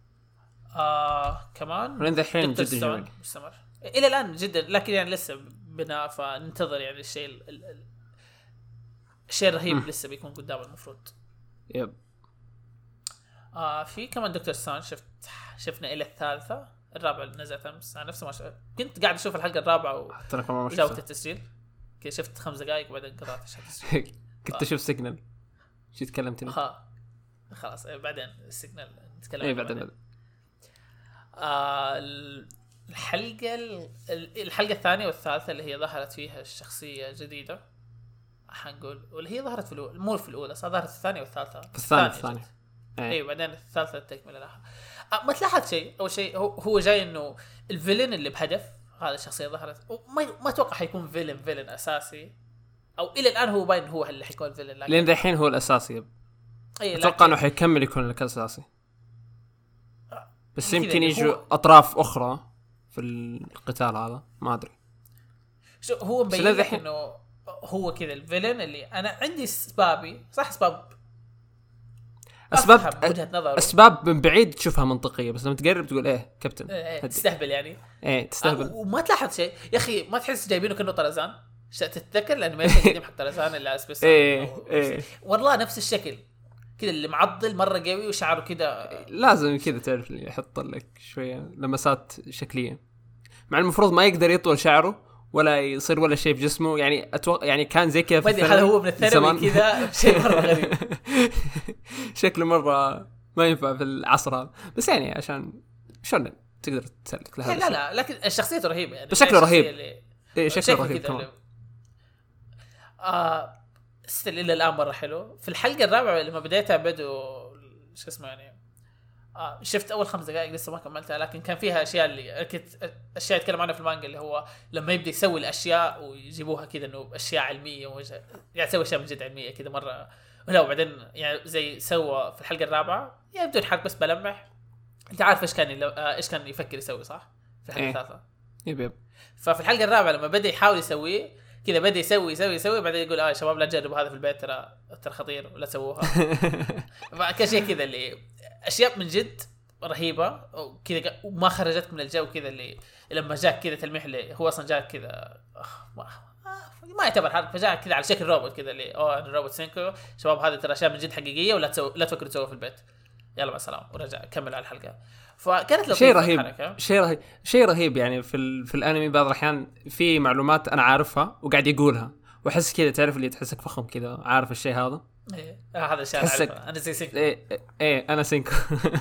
آه كمان من الحين جدا جميل مستمر الى الان جدا، لكن يعني لسه بناء، فننتظر يعني الشيء ال... ال... الشيء الرهيب م. لسه بيكون قدام المفروض. يب آه في كمان دكتور ستون شفت شفنا الى الثالثه. الرابعه نزلت امس انا نفسه ما ش... كنت قاعد اشوف الحلقه الرابعه وجاوبت التسجيل كذا، شفت خمس دقائق وبعدين قطعت التسجيل. كنت اشوف سيجنال شو تكلمتني. ها خلاص بعدين السيجنال نتكلم اي بعدين. بعدين. آه الحلقه الحلقه الثانيه والثالثه اللي هي ظهرت فيها الشخصيه جديده حنقول، واللي هي ظهرت في الاولى مو في الاولى صار ظهرت في الثانيه والثالثه. في الثانيه الثانيه اي بعدين الثالثه تكمله لها. أه ما تلاحظ شيء اول شيء هو هو جاي انه الفيلن اللي بهدف هذا الشخصيه ظهرت ما ما اتوقع حيكون فيلن فيلن اساسي، او الى الان هو باين هو اللي حيكون فيلن، لكن لين الحين هو الاساسي. أي اتوقع انه حيكمل يكون الاساسي، بس يمكن يجوا اطراف اخرى في القتال هذا ما ادري. شو هو مبين لك انه هو كذا الفيلن اللي انا عندي اسبابي صح، اسباب اسباب اسباب من بعيد تشوفها منطقيه، بس لما تقرب تقول ايه كابتن إيه تستهبل يعني ايه تستهبل. أه وما تلاحظ شيء يا اخي، ما تحس جايبينه كأنه طرزان. تتذكر الانيميشن القديم حق طرزان اللي اسبس ايه ايه والله نفس الشكل كذا اللي معضل مره قوي وشعره كذا. لازم كذا تعرف يحط لك شويه لمسات شكليه، مع المفروض ما يقدر يطول شعره ولا يصير ولا شيء بجسمه يعني. أتوقع يعني كان زي كذا في هذا هو من الثانوي كذا شيء مره غريب. شكله مره ما ينفع في العصر هذا، بس يعني عشان شلون تقدر تسلك لها. لا لا لكن الشخصيته رهيبه يعني، بس شكله رهيب. ايه شكله رهيب كمان. آه ستيل الى الان مره حلو. في الحلقه الرابعه لما بديتها بدوا شو اسمه يعني آه شفت اول خمس دقائق لسه ما كملتها، لكن كان فيها اشياء اللي كنت اشياء يتكلم عنها في المانجا، اللي هو لما يبدا يسوي الاشياء ويجيبوها كذا انه اشياء علميه وش... يعني يسوي اشياء من جد علميه كذا مره. ولا وبعدين يعني زي سوى في الحلقه الرابعه يعني بدون حرق بس بلمح، انت عارف ايش كان آه ايش كان يفكر يسوي صح في الحلقه الثالثه. يب يب. ففي الحلقه الرابعه لما بدا يحاول يسويه كذا بدا يسوي يسوي يسوي بعدين يقول اه يا شباب لا تجربوا هذا في البيت، ترى ترى خطير ولا تسووها. فكان شيء كذا اللي اشياء من جد رهيبه وكذا وما خرجت من الجو كذا، اللي لما جاك كذا تلميح اللي هو اصلا جاك كذا ما, ما يعتبر حرق، فجاء كذا على شكل روبوت كذا اللي اوه انا روبوت سينكو شباب هذه ترى اشياء من جد حقيقيه ولا تسوي لا تفكروا تسووها في البيت، يلا مع السلامه ورجع كمل على الحلقه. فكانت شيء رهيب شيء رهيب شيء رهيب يعني في ال... في الانمي بعض الاحيان في معلومات انا عارفها وقاعد يقولها واحس كذا تعرف اللي تحسك فخم كذا عارف الشيء هذا. ايه آه هذا الشيء تحسك... انا زي سينكو. ايه ايه انا سينكو.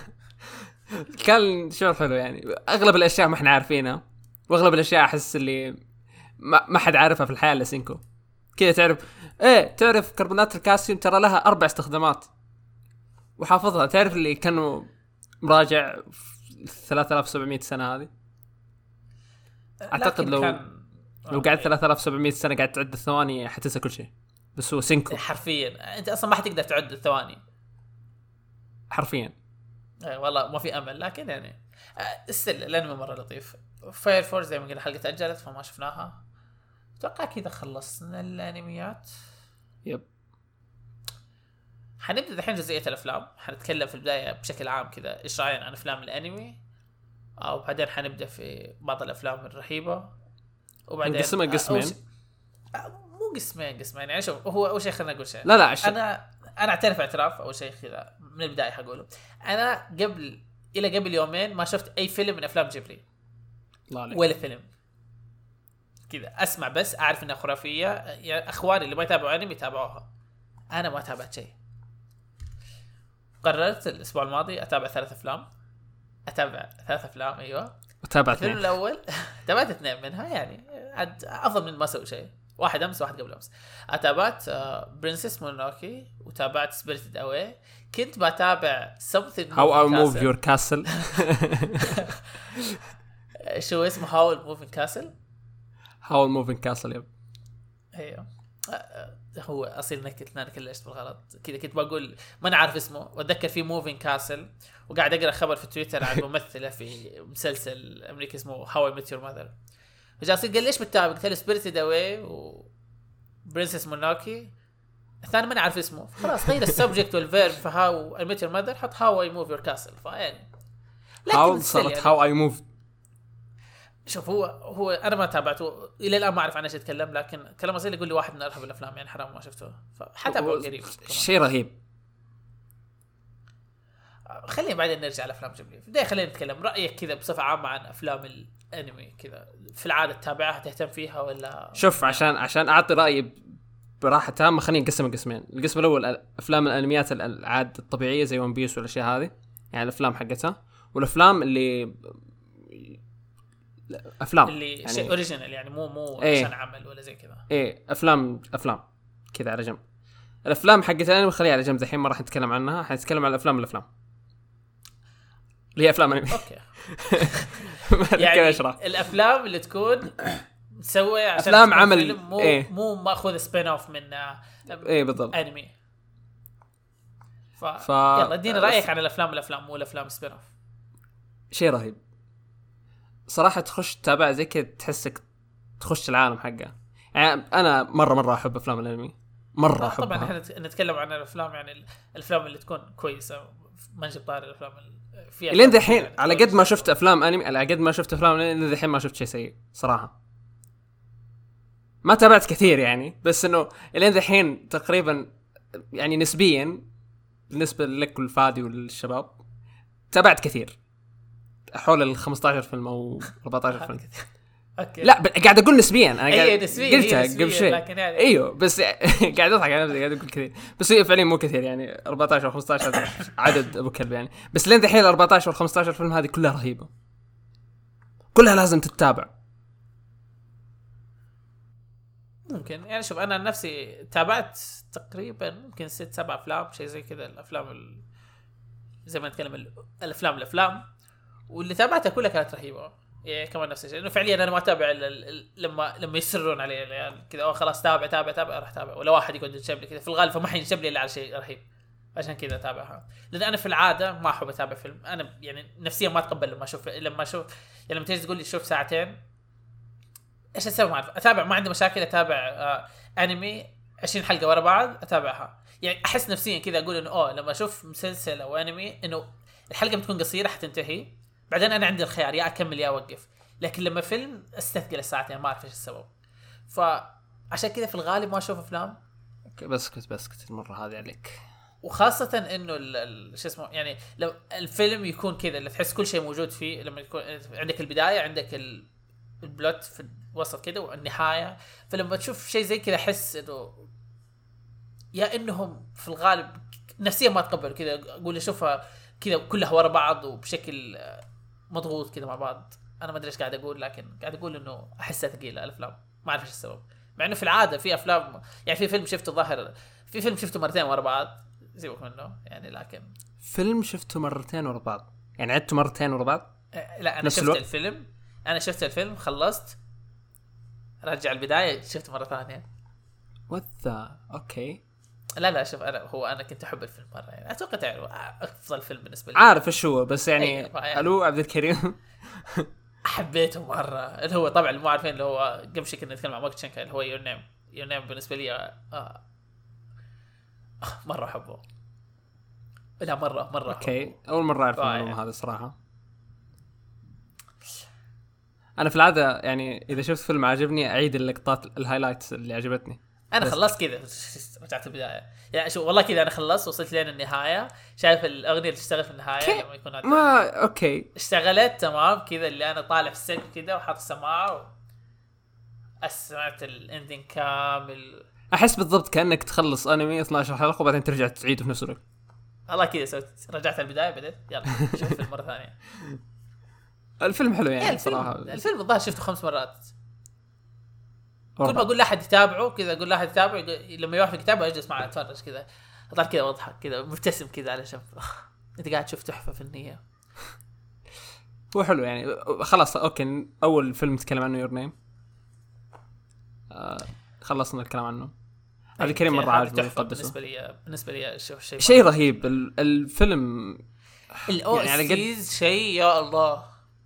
كان شعور حلو يعني. اغلب الاشياء ما احنا عارفينها واغلب الاشياء احس اللي ما, ما حد عارفها في الحياه الا سينكو كذا تعرف. ايه تعرف كربونات الكالسيوم ترى لها اربع استخدامات وحافظها، تعرف اللي كانوا مراجع ثلاثة آلاف وسبعمية سنه هذه. اعتقد لو كان... لو قعدت ثلاثة آلاف وسبعمية سنه قاعد تعد الثواني حتنسى كل شيء، بس هو سينكو حرفيا انت اصلا ما حتقدر تعد الثواني حرفيا. والله ما في امل، لكن يعني استل الانمي مره لطيف. فاير فورس زي ما قلنا حلقه تاجلت فما شفناها. اتوقع كذا خلصنا الانميات. يب. حنبدا الحين جزئيه الافلام. حنتكلم في البدايه بشكل عام كذا ايش راينا عن افلام الانمي، او بعدين حنبدا في بعض الافلام الرهيبه، وبعدين نقسمها قسمين. ش... مو قسمين قسمين يعني. شوف هو اول شيء خلينا نقول شيء. لا لا عشان. انا انا اعترف اعتراف اول شيء كذا من البدايه حقوله. انا قبل الى قبل يومين ما شفت اي فيلم من افلام جيبلي ولا فيلم كذا. اسمع بس اعرف انها خرافيه، يعني اخواني اللي ما يتابعوا انمي يتابعوها، انا ما تابعت شيء. قررت الاسبوع الماضي اتابع ثلاث افلام. اتابع ثلاث افلام ايوه. اتابع الفيلم اثنين. الاول تابعت اثنين منها، يعني عاد افضل من ما اسوي شيء. واحد امس واحد قبل امس. اتابعت برنسس مونوكي وتابعت سبيريتد اواي. كنت بتابع something How I Move Your Castle. شو اسمه؟ How I Move Your Castle. How I Move Your Castle يب. ايوه هو اصير نكت انا كلشت بالغلط كذا. كنت بقول ما نعرف اسمه، واتذكر في موفين كاسل، وقاعد اقرا خبر في تويتر عن ممثله في مسلسل امريكي اسمه هاو اي ميت يور ماذر. فجاء اصير قال ليش بتتابع؟ قلت له سبيريتد اواي وبرنسس مونوكي. الثاني ما نعرف اسمه، خلاص غير السبجكت والفيرب في هاو اي ميت يور ماذر، حط هاو اي موف يور كاسل. فيعني هاو صارت هاو اي موف. شوف هو هو انا ما تابعته الى الان، ما اعرف عنه ايش يتكلم، لكن كلام اصيل يقول لي واحد من ارهب الافلام، يعني حرام ما شفته. فحتابعه قريب. شيء رهيب. خلينا بعدين نرجع لافلام جبلي. بدايه خلينا نتكلم رايك كذا بصفه عامه عن افلام الانمي كذا. في العاده تتابعها تهتم فيها ولا؟ شوف عشان عشان اعطي رايي براحه تامه خلينا نقسم قسمين. القسم الاول افلام الانميات العاد الطبيعيه زي ون بيس والاشياء هذه، يعني الافلام حقتها، والافلام اللي افلام اللي يعني شيء اوريجينال، يعني مو مو ايه عشان عمل ولا زي كذا. ايه افلام افلام كذا على جنب. الافلام حقت الانمي خليها على جنب الحين، ما راح نتكلم عنها. حنتكلم عن الافلام الافلام اللي هي افلام انمي. اوكي يعني الافلام اللي تكون مسوي عشان افلام عمل مو إيه؟ مو ماخذ سبين اوف من ايه بالضبط انمي. ف... ف... يلا ادينا رايك عن الافلام الافلام مو الافلام سبين اوف. شيء رهيب صراحه. تخش تتابع زي كذا تحسك تخش العالم حقه. يعني انا مره مره احب افلام الانمي مره احبها. طبعا احنا نتكلم عن الافلام، يعني الافلام اللي تكون كويسه. ما نجيب طاري الافلام فيها اللي انت الحين يعني على قد ما شفت افلام انمي، على قد ما شفت افلام انمي الحين ما شفت شيء سيء صراحه. ما تابعت كثير يعني، بس انه اللي انت الحين تقريبا يعني نسبيا بالنسبه لك والفادي والشباب تابعت كثير حول ال خمسة عشر فيلم او أربعة عشر فيلم. اوكي لا قاعد اقول نسبيا، انا قاعد قلتها قبل شيء يعني ايوه، بس قاعد اضحك على نفسي قاعد اقول كثير، بس هي فعليا مو كثير يعني أربعة عشر او خمسة عشر عدد ابو كلب يعني. بس لين الحين أربعة عشر و خمسة عشر فيلم هذه كلها رهيبه، كلها لازم تتابع. ممكن يعني شوف انا نفسي تابعت تقريبا ممكن ست سبع افلام شيء زي كذا. الافلام ال... زي ما نتكلم الافلام الافلام واللي تابعتها كلها كانت رهيبه. يعني كمان نفس الشيء انه فعليا انا ما اتابع لما لما يسرون علي يعني كذا او خلاص تابع تابع تابع راح تابع، ولا واحد يقعد ينشب لي كذا في الغالب فما حينشب لي الا على شيء رهيب عشان كذا اتابعها. لان انا في العاده ما احب اتابع فيلم، انا يعني نفسيا ما اتقبل لما اشوف لما اشوف يعني لما تيجي تقول لي شوف ساعتين ايش اسوي؟ ما اعرف اتابع، ما عندي مشاكل اتابع آه انمي عشرين حلقه ورا بعض اتابعها. يعني احس نفسيا كذا اقول انه اوه لما اشوف مسلسل او انمي انه الحلقه بتكون قصيره حتنتهي، بعدين انا عندي الخيار يا اكمل يا اوقف. لكن لما فيلم استثقل الساعتين ما اعرف ايش السبب، فعشان كذا في الغالب ما اشوف افلام. بسكت بسكت المره هذه عليك. وخاصه انه شو اسمه يعني لو الفيلم يكون كذا اللي تحس كل شيء موجود فيه، لما يكون عندك البدايه عندك البلوت في الوسط كذا والنهايه، فلما تشوف شيء زي كذا احس انه يا انهم في الغالب نفسيا ما تقبل كذا. اقول اشوفها كذا كلها ورا بعض وبشكل مضغوط كذا مع بعض. انا ما ادري ايش قاعد اقول، لكن قاعد اقول انه احسها ثقيله الافلام، ما اعرف ايش السبب. مع انه في العاده في افلام يعني في فيلم شفته ظاهر في فيلم شفته مرتين ورا بعض سيبك منه يعني، لكن فيلم شفته مرتين ورا بعض يعني عدته مرتين ورا بعض. لا انا شفت الوقت. الفيلم انا شفت الفيلم خلصت رجع البدايه شفته مره ثانيه. وذا اوكي لا لا شوف انا هو انا كنت احب الفيلم مره يعني اتوقع تعرف افضل فيلم بالنسبه لي. عارف ايش هو بس يعني أيوة، يعني الو عبد الكريم. حبيته مره اللي هو طبعا مو عارفين اللي هو قبل شوي كنا نتكلم عن مايك شانكا اللي هو يور نيم. يور نيم بالنسبه لي آه آه مره احبه. لا مره مره اوكي اول مره اعرف رائع. المعلومه هذه صراحه. انا في العاده يعني اذا شفت فيلم عجبني اعيد اللقطات الهايلايتس اللي عجبتني. انا بس- خلصت كذا رجعت البدايه يعني شو والله كذا انا خلصت وصلت لين النهايه شايف الاغنيه اللي تشتغل في النهايه كي- لما يكون عد- ما اوكي اشتغلت تمام كذا اللي انا طالع في السلك كذا وحاط السماعه و... سمعت الاندنج كامل. احس بالضبط كانك تخلص انمي اثنا عشر حلقه وبعدين ترجع تعيده في نفس الوقت. الله كذا سويت رجعت البدايه بديت يلا شوف الفيلم مره ثانيه. الفيلم حلو يعني يعني الفيلم صراحه. الفيلم الظاهر شفته خمس مرات. كل أربعة. ما اقول لاحد يتابعه كذا اقول لاحد يتابعه يقول- لما يوافق يتابعه اجلس معه اتفرج كذا اطلع كذا واضحك كذا مبتسم كذا على جنب. انت قاعد تشوف تحفه فنيه. هو حلو يعني خلاص اوكي اول فيلم نتكلم عنه يور نيم. آه خلصنا الكلام عنه. عبد الكريم مره عاجبه تحفه يقدسه. بالنسبه لي بالنسبه لي شوف شيء شيء رهيب ال- الفيلم الاو يعني على قد- سيز شيء يا الله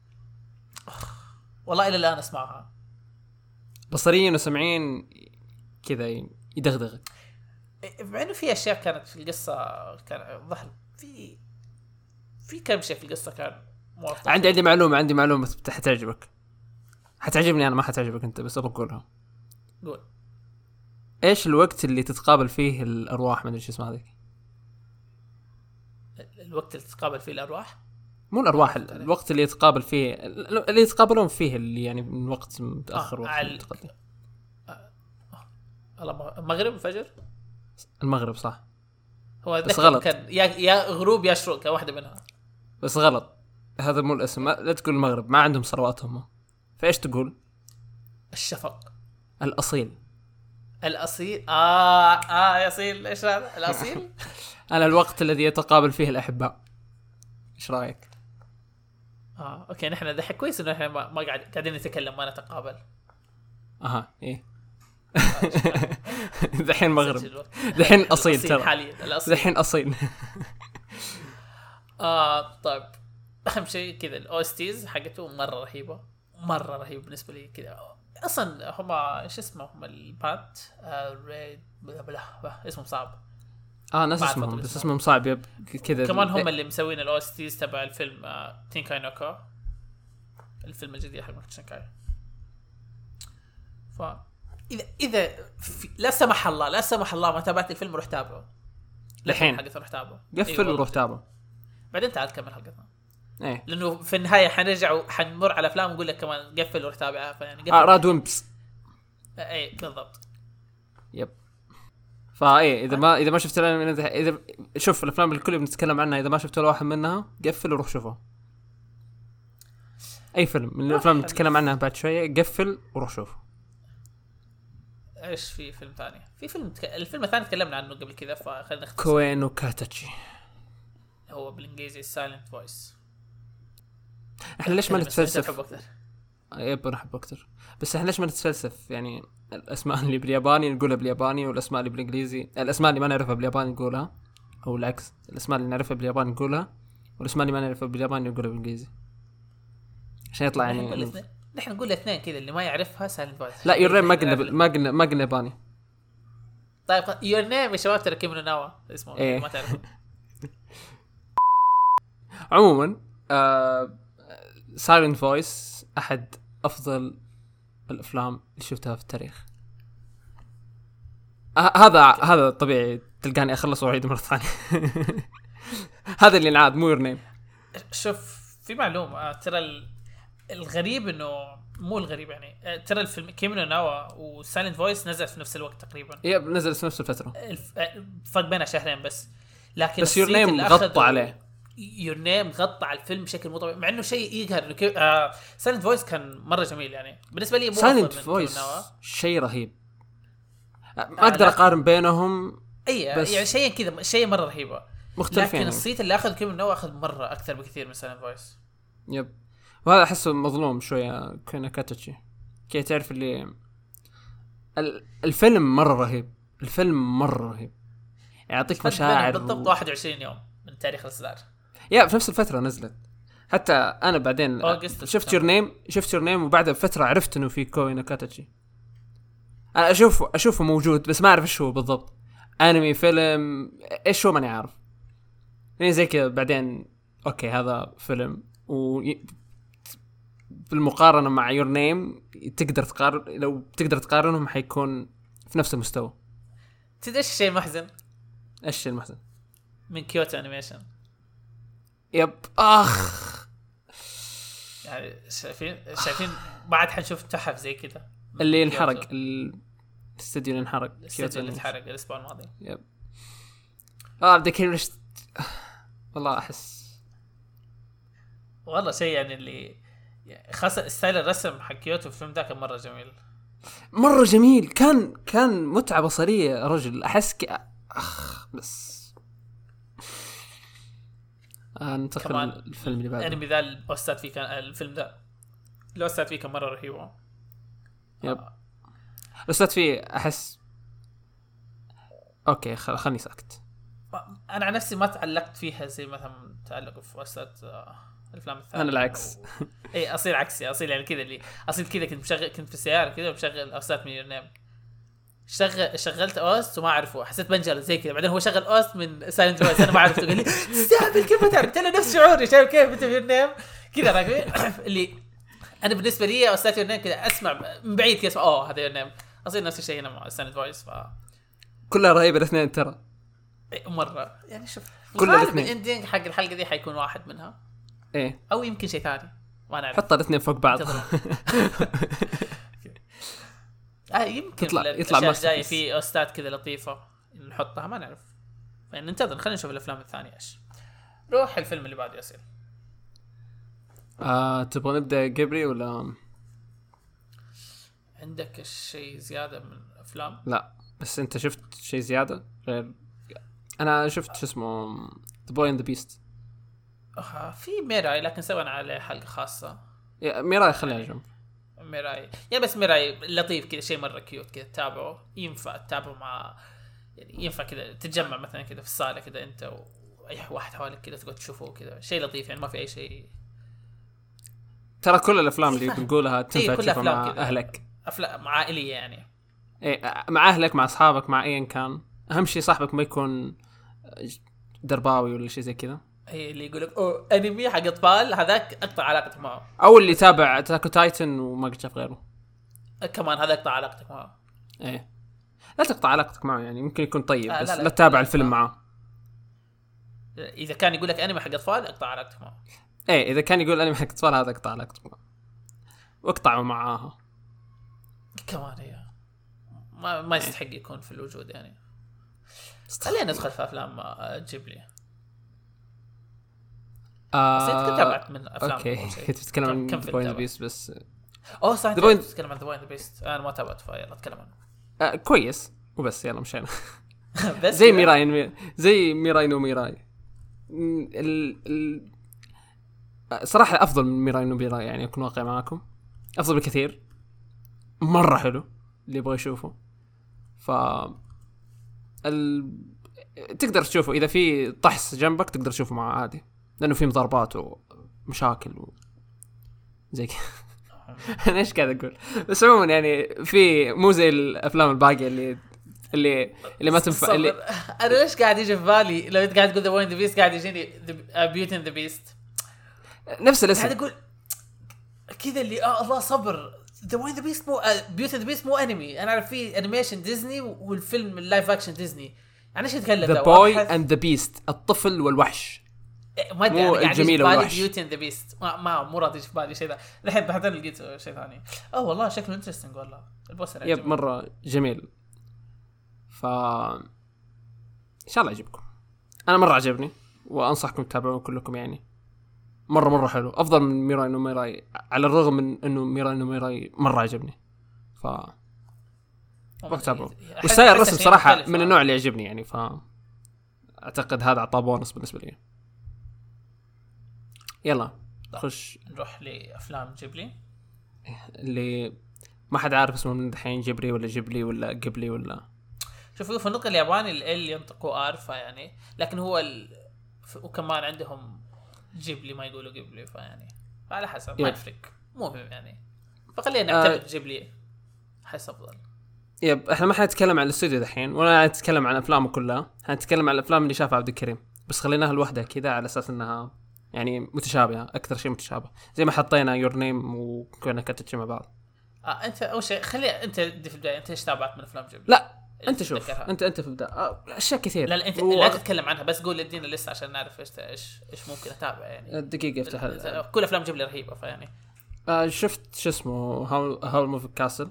والله الى الان اسمعها. بصريا وسمعين كذا يدغدغك. مع انه في اشياء كانت في القصه كان ظهر في في كم شيء في القصه كان موافق. عندي عندي معلومه عندي معلومه حتعجبك. حتعجبني انا ما حتعجبك انت بس بقولها. قول. ايش الوقت اللي تتقابل فيه الارواح ما ادري ايش اسمها هذيك. الوقت اللي تتقابل فيه الارواح مو الارواح الوقت اللي يتقابل فيه اللي يتقابلون فيه اللي يعني من وقت متاخر آه، وقت عال- متقدم. الله المغرب الفجر المغرب صح هو بس أتذكر غلط. كان يا يا غروب يا شروق واحده منها. بس غلط هذا مو الاسم. ما لا تقول المغرب ما عندهم صلوات هم. فايش تقول؟ الشفق الاصيل. الاصيل اه اه يا اصيل ايش هذا الاصيل. انا الوقت الذي يتقابل فيه الاحباء. ايش رايك؟ اه اوكي نحن دحين كويس انه احنا ما, ما قاعد قاعدين نتكلم ما نتقابل. اها ايه دحين مغرب سجل. دحين اصيل الأصيل ترى حاليا الاصيل. دحين اصيل. اه طيب اهم شيء كذا الاوستيز حقته مره رهيبه مره رهيبه بالنسبه لي كذا. اصلا هم ايش اسمه هم البات آه ريد بلا بلا اسمهم صعب. اه ناس ما اسمهم أعرف بس اسمه. اسمهم صعب يب كذا. كمان هم اللي مسوين الاوستيز تبع الفيلم آه تينكاي نوكا الفيلم الجديد حق ماكس شانكاي. ف اذا اذا في... لا سمح الله لا سمح الله ما تابعت الفيلم روح تابعه الحين حقته روح تابعه قفل وروح تابعه. بعدين تعال كمل حلقتنا ايه لانه في النهايه حنرجع وحنمر على افلام ونقول لك كمان قفل وروح تابعها فيعني قفل. آه راد ويمبس. اي بالضبط. يب فايه اذا ما اذا ما شفت الانمي اذا شوف الافلام الكل بنتكلم عنها اذا ما شفت ولا واحد منها قفل وروح شوفه. اي فيلم من الافلام اللي نتكلم عنها بعد شويه قفل وروح شوفه. ايش في فيلم ثاني في فيلم تك... الفيلم الثاني تكلمنا عنه قبل كذا فخلينا نختصر. كوين وكاتاتشي. هو بالانجليزي سايلنت فويس. احنا ليش ما نتفلسف؟ تحب اكثر يب انا احب اكثر بس احنا ليش ما نتفلسف يعني الاسماء اللي بالياباني نقولها بالياباني والاسماء اللي بالانجليزي الاسماء اللي ما نعرفها بالياباني نقولها او العكس الاسماء اللي نعرفها بالياباني نقولها والاسماء اللي ما نعرفها بالياباني نقولها بالانجليزي عشان يطلع نحن نقول يعني الاثنين نحن نقول الاثنين كذا اللي ما يعرفها سايلنت فويس. لا يورين ما قلنا ما قلنا ما قلنا ياباني. طيب يور نيم يا شباب ترى كيمونو ناوا اسمه إيه. ما تعرف. عموما آه سايلنت فويس احد افضل الافلام اللي شفتها في التاريخ. آه هذا هذا طبيعي تلقاني اخلص واعيد مره ثانيه. هذا اللي انعاد مو يور نيم. شوف في معلومه ترى ال- الغريب انه مو الغريب يعني ترى الفيلم كيمونو ناوا وسايلنت فويس نزل في نفس الوقت تقريبا. يب نزل في نفس الفتره الف- الفرق بينها شهرين بس لكن بس يور الصيت نيم اللي غطى أخذه- عليه. يور نيم غطى على الفيلم بشكل مو طبيعي مع انه شيء يقهر انه كي... آه سايلنت فويس كان مره جميل يعني بالنسبه لي مو سايلنت افضل من فويس كيمونو ناوا. شيء رهيب. ما اقدر اقارن بينهم اي بس يعني شيء كذا شيء مره رهيبه مختلفين لكن يعني. الصيت اللي اخذ كيمونو ناوا اخذ مره اكثر بكثير من سايلنت فويس. يب وهذا احسه مظلوم شويه كنا كاتاتشي كي تعرف اللي ال- الفيلم مره رهيب. الفيلم مره رهيب يعطيك مشاعر بالضبط و... واحد وعشرين يوم من تاريخ الإصدار. يا في نفس الفترة نزلت. حتى أنا بعدين شفت يور نيم شفت يور نيم وبعدها بفترة عرفت إنه في كوي ناكاتاتشي. أنا أشوف أشوفه موجود بس ما أعرف إيش هو بالضبط، أنمي فيلم إيش هو ماني عارف يعني زي كذا. بعدين أوكي هذا فيلم، و بالمقارنة مع يور نيم تقدر تقارن، لو تقدر تقارنهم حيكون في نفس المستوى. تدري ايش الشيء المحزن؟ ايش الشيء المحزن؟ من كيوتو انيميشن. يب اخ يعني شايفين شايفين بعد حنشوف تحف زي كذا اللي انحرق، الاستديو اللي انحرق، الاستديو اللي انحرق الاسبوع الماضي. يب اه بدك ايش والله احس والله شيء يعني اللي يعني خاصة ستايل الرسم حق كيوتو في الفيلم ده كان مرة جميل، مرة جميل. كان كان متعة بصرية يا رجل. أحس ك... أخ بس آه ننتقل الفيلم اللي بعده. أنمي ذا الأستاذ فيه كان الفيلم ده الأستاذ فيه كان مرة رهيب. يب آه. الأستاذ فيه أحس أوكي خل... خلني ساكت. أنا عن نفسي ما تعلقت فيها زي مثلا تعلق في أستاذ الافلام الثانيه. انا العكس. و... اي اصير عكسي، اصير يعني كذا اللي اصير كذا كنت مشغل كنت في السياره كذا ومشغل اوستات من يور نيم، شغل شغلت اوست وما اعرفه، حسيت بنجر زي كذا. بعدين هو شغل اوست من سايلنت فويس انا ما عرفته، قال لي استهبل كيف ما تعرف؟ انا نفس شعوري، شايف كيف انت في يور نيم كذا راكب اللي انا بالنسبه لي اوستات يور نيم كذا اسمع من بعيد كذا اوه هذا يور نيم، اصير نفس الشيء هنا مع سايلنت فويس. ف كلها رهيبه الاثنين ترى مره يعني. شوف كل الاثنين الاندينج حق الحلقه دي حيكون واحد منها ايه، او يمكن شيء ثاني ما نعرف. حط الاثنين فوق بعض اه يمكن يطلع يطلع جاي في اوستات كذا لطيفه نحطها ما نعرف، يعني ننتظر خلينا نشوف الافلام الثانيه ايش. روح الفيلم اللي بعده يصير. آه تبغى نبدا جبري ولا عندك شيء زياده من افلام؟ لا بس انت شفت شيء زياده غير انا شفت شو اسمه The Boy and the Beast. آه في ميراي لكن سوينا عليه حلقه خاصه. ميراي خلينا جنب ميراي يا بس ميراي لطيف كذا، شيء مره كيوت كذا تتابعه، ينفع تتابعه مع يعني ينفع كذا تتجمع مثلا كذا في الصاله كذا انت واي واحد حواليك كذا تقعد تشوفه كذا، شيء لطيف يعني ما في اي شيء. ترى كل الافلام اللي بنقولها تنفع تشوفها مع كده. اهلك، افلام عائليه يعني ايه مع اهلك مع اصحابك مع ايا كان. اهم شيء صاحبك ما يكون درباوي ولا شيء زي كذا. ايه اللي يقولك اوه انمي حق اطفال هذاك اقطع علاقتك معه، او اللي يتابع تاكو تايتن وما قد شاف غيره كمان هذا اقطع علاقتك معه. ايه لا تقطع علاقتك معه يعني ممكن يكون طيب آه بس لا, لا, لا تتابع لا الفيلم معه. اذا كان يقولك انمي حق اطفال اقطع علاقتك معه. ايه اذا كان يقول انمي حق اطفال هذا اقطع علاقتك معه واقطعوا معاها كمان. هي ما ما يستحق إيه. يكون في الوجود يعني. خلينا ندخل في افلام جيبلي. آه كنت تابعت من افلام اوكي كنت بتكلم عن ذا بوينت بيست بس اوه صح بوينت... تتكلم عن ذا بوينت بيست انا ما تابعت فيلا اتكلم عنه. آه كويس وبس يلا مشينا بس زي ميراي زي ميراي وميراي ال... ال... صراحة افضل من ميراي وميراي يعني اكون واقع معاكم، افضل بكثير مرة حلو اللي يبغى يشوفه. ف ال... تقدر تشوفه اذا في طحس جنبك تقدر تشوفه معه عادي لانه في مضاربات ومشاكل و... زي كذا انا ايش قاعد اقول بس عموما يعني في مو زي الافلام الباقيه اللي اللي اللي ما تنفع اللي... انا ليش قاعد يجي في بالي لو انت قاعد تقول ذا بوينت ذا بيست قاعد يجيني بيوتي اند ذا بيست نفس الاسم. قاعد اقول كذا اللي اه الله صبر ذا بوينت ذا بيست مو بيوتي ذا بيست مو انمي. انا اعرف في انيميشن ديزني والفيلم اللايف اكشن ديزني. انا ايش اتكلم ذا بوي اند ذا بيست الطفل والوحش ما ادري انا قاعد الجميل والوحش. بيوتي اند ذا بيست ما ما مو راضي في بالي شيء ذا. الحين بحثت لقيت شيء ثاني. اه والله شكله انترستنج والله البوستر يب مره جميل. ف ان شاء الله يعجبكم. انا مره عجبني وانصحكم تتابعوه كلكم يعني مره مره حلو افضل من ميراي نو ميراي على الرغم من انه ميراي نو ميراي مره عجبني. ف تابعوه والساير الرسم صراحه من النوع اللي يعجبني يعني. ف اعتقد هذا عطاه بونص بالنسبه لي. يلا خش نروح لافلام جيبلي اللي ما حد عارف اسمه من الحين جبري ولا جبلي ولا قبلي ولا شوفوا في النطق الياباني ال ال ينطقوا ار فيعني، لكن هو ال... وكمان عندهم جيبلي ما يقولوا جيبلي فيعني على حسب ما يفرق مهم يعني. فخلينا نعتمد آه جيبلي حس افضل. يب احنا ما حنتكلم عن الاستوديو دحين ولا حنتكلم عن افلامه كلها، حنتكلم عن الافلام اللي شافها عبد الكريم بس خليناها لوحدها كذا على اساس انها يعني متشابهه اكثر شيء متشابه، زي ما حطينا يور نيم وكنا كاتتش مع بعض. اه انت اول شيء خلي انت دي في البدايه، انت ايش تابعت من افلام جيبلي؟ لا انت شوف انت انت في البدايه آه اشياء كثير. لا, لا انت و... لا تتكلم عنها بس قول ادينا لسه عشان نعرف ايش ايش ايش ممكن اتابع يعني. دقيقه افتح ال... كل افلام جيبلي رهيبه فيعني آه شفت شو اسمه هاول هاول موف كاسل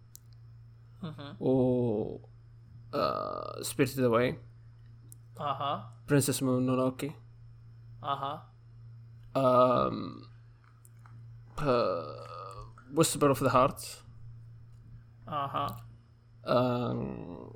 و آه سبيريت ذا واي اها برنسس مونونوكي اها امم ويسبر اوف ذا هارت اها أم...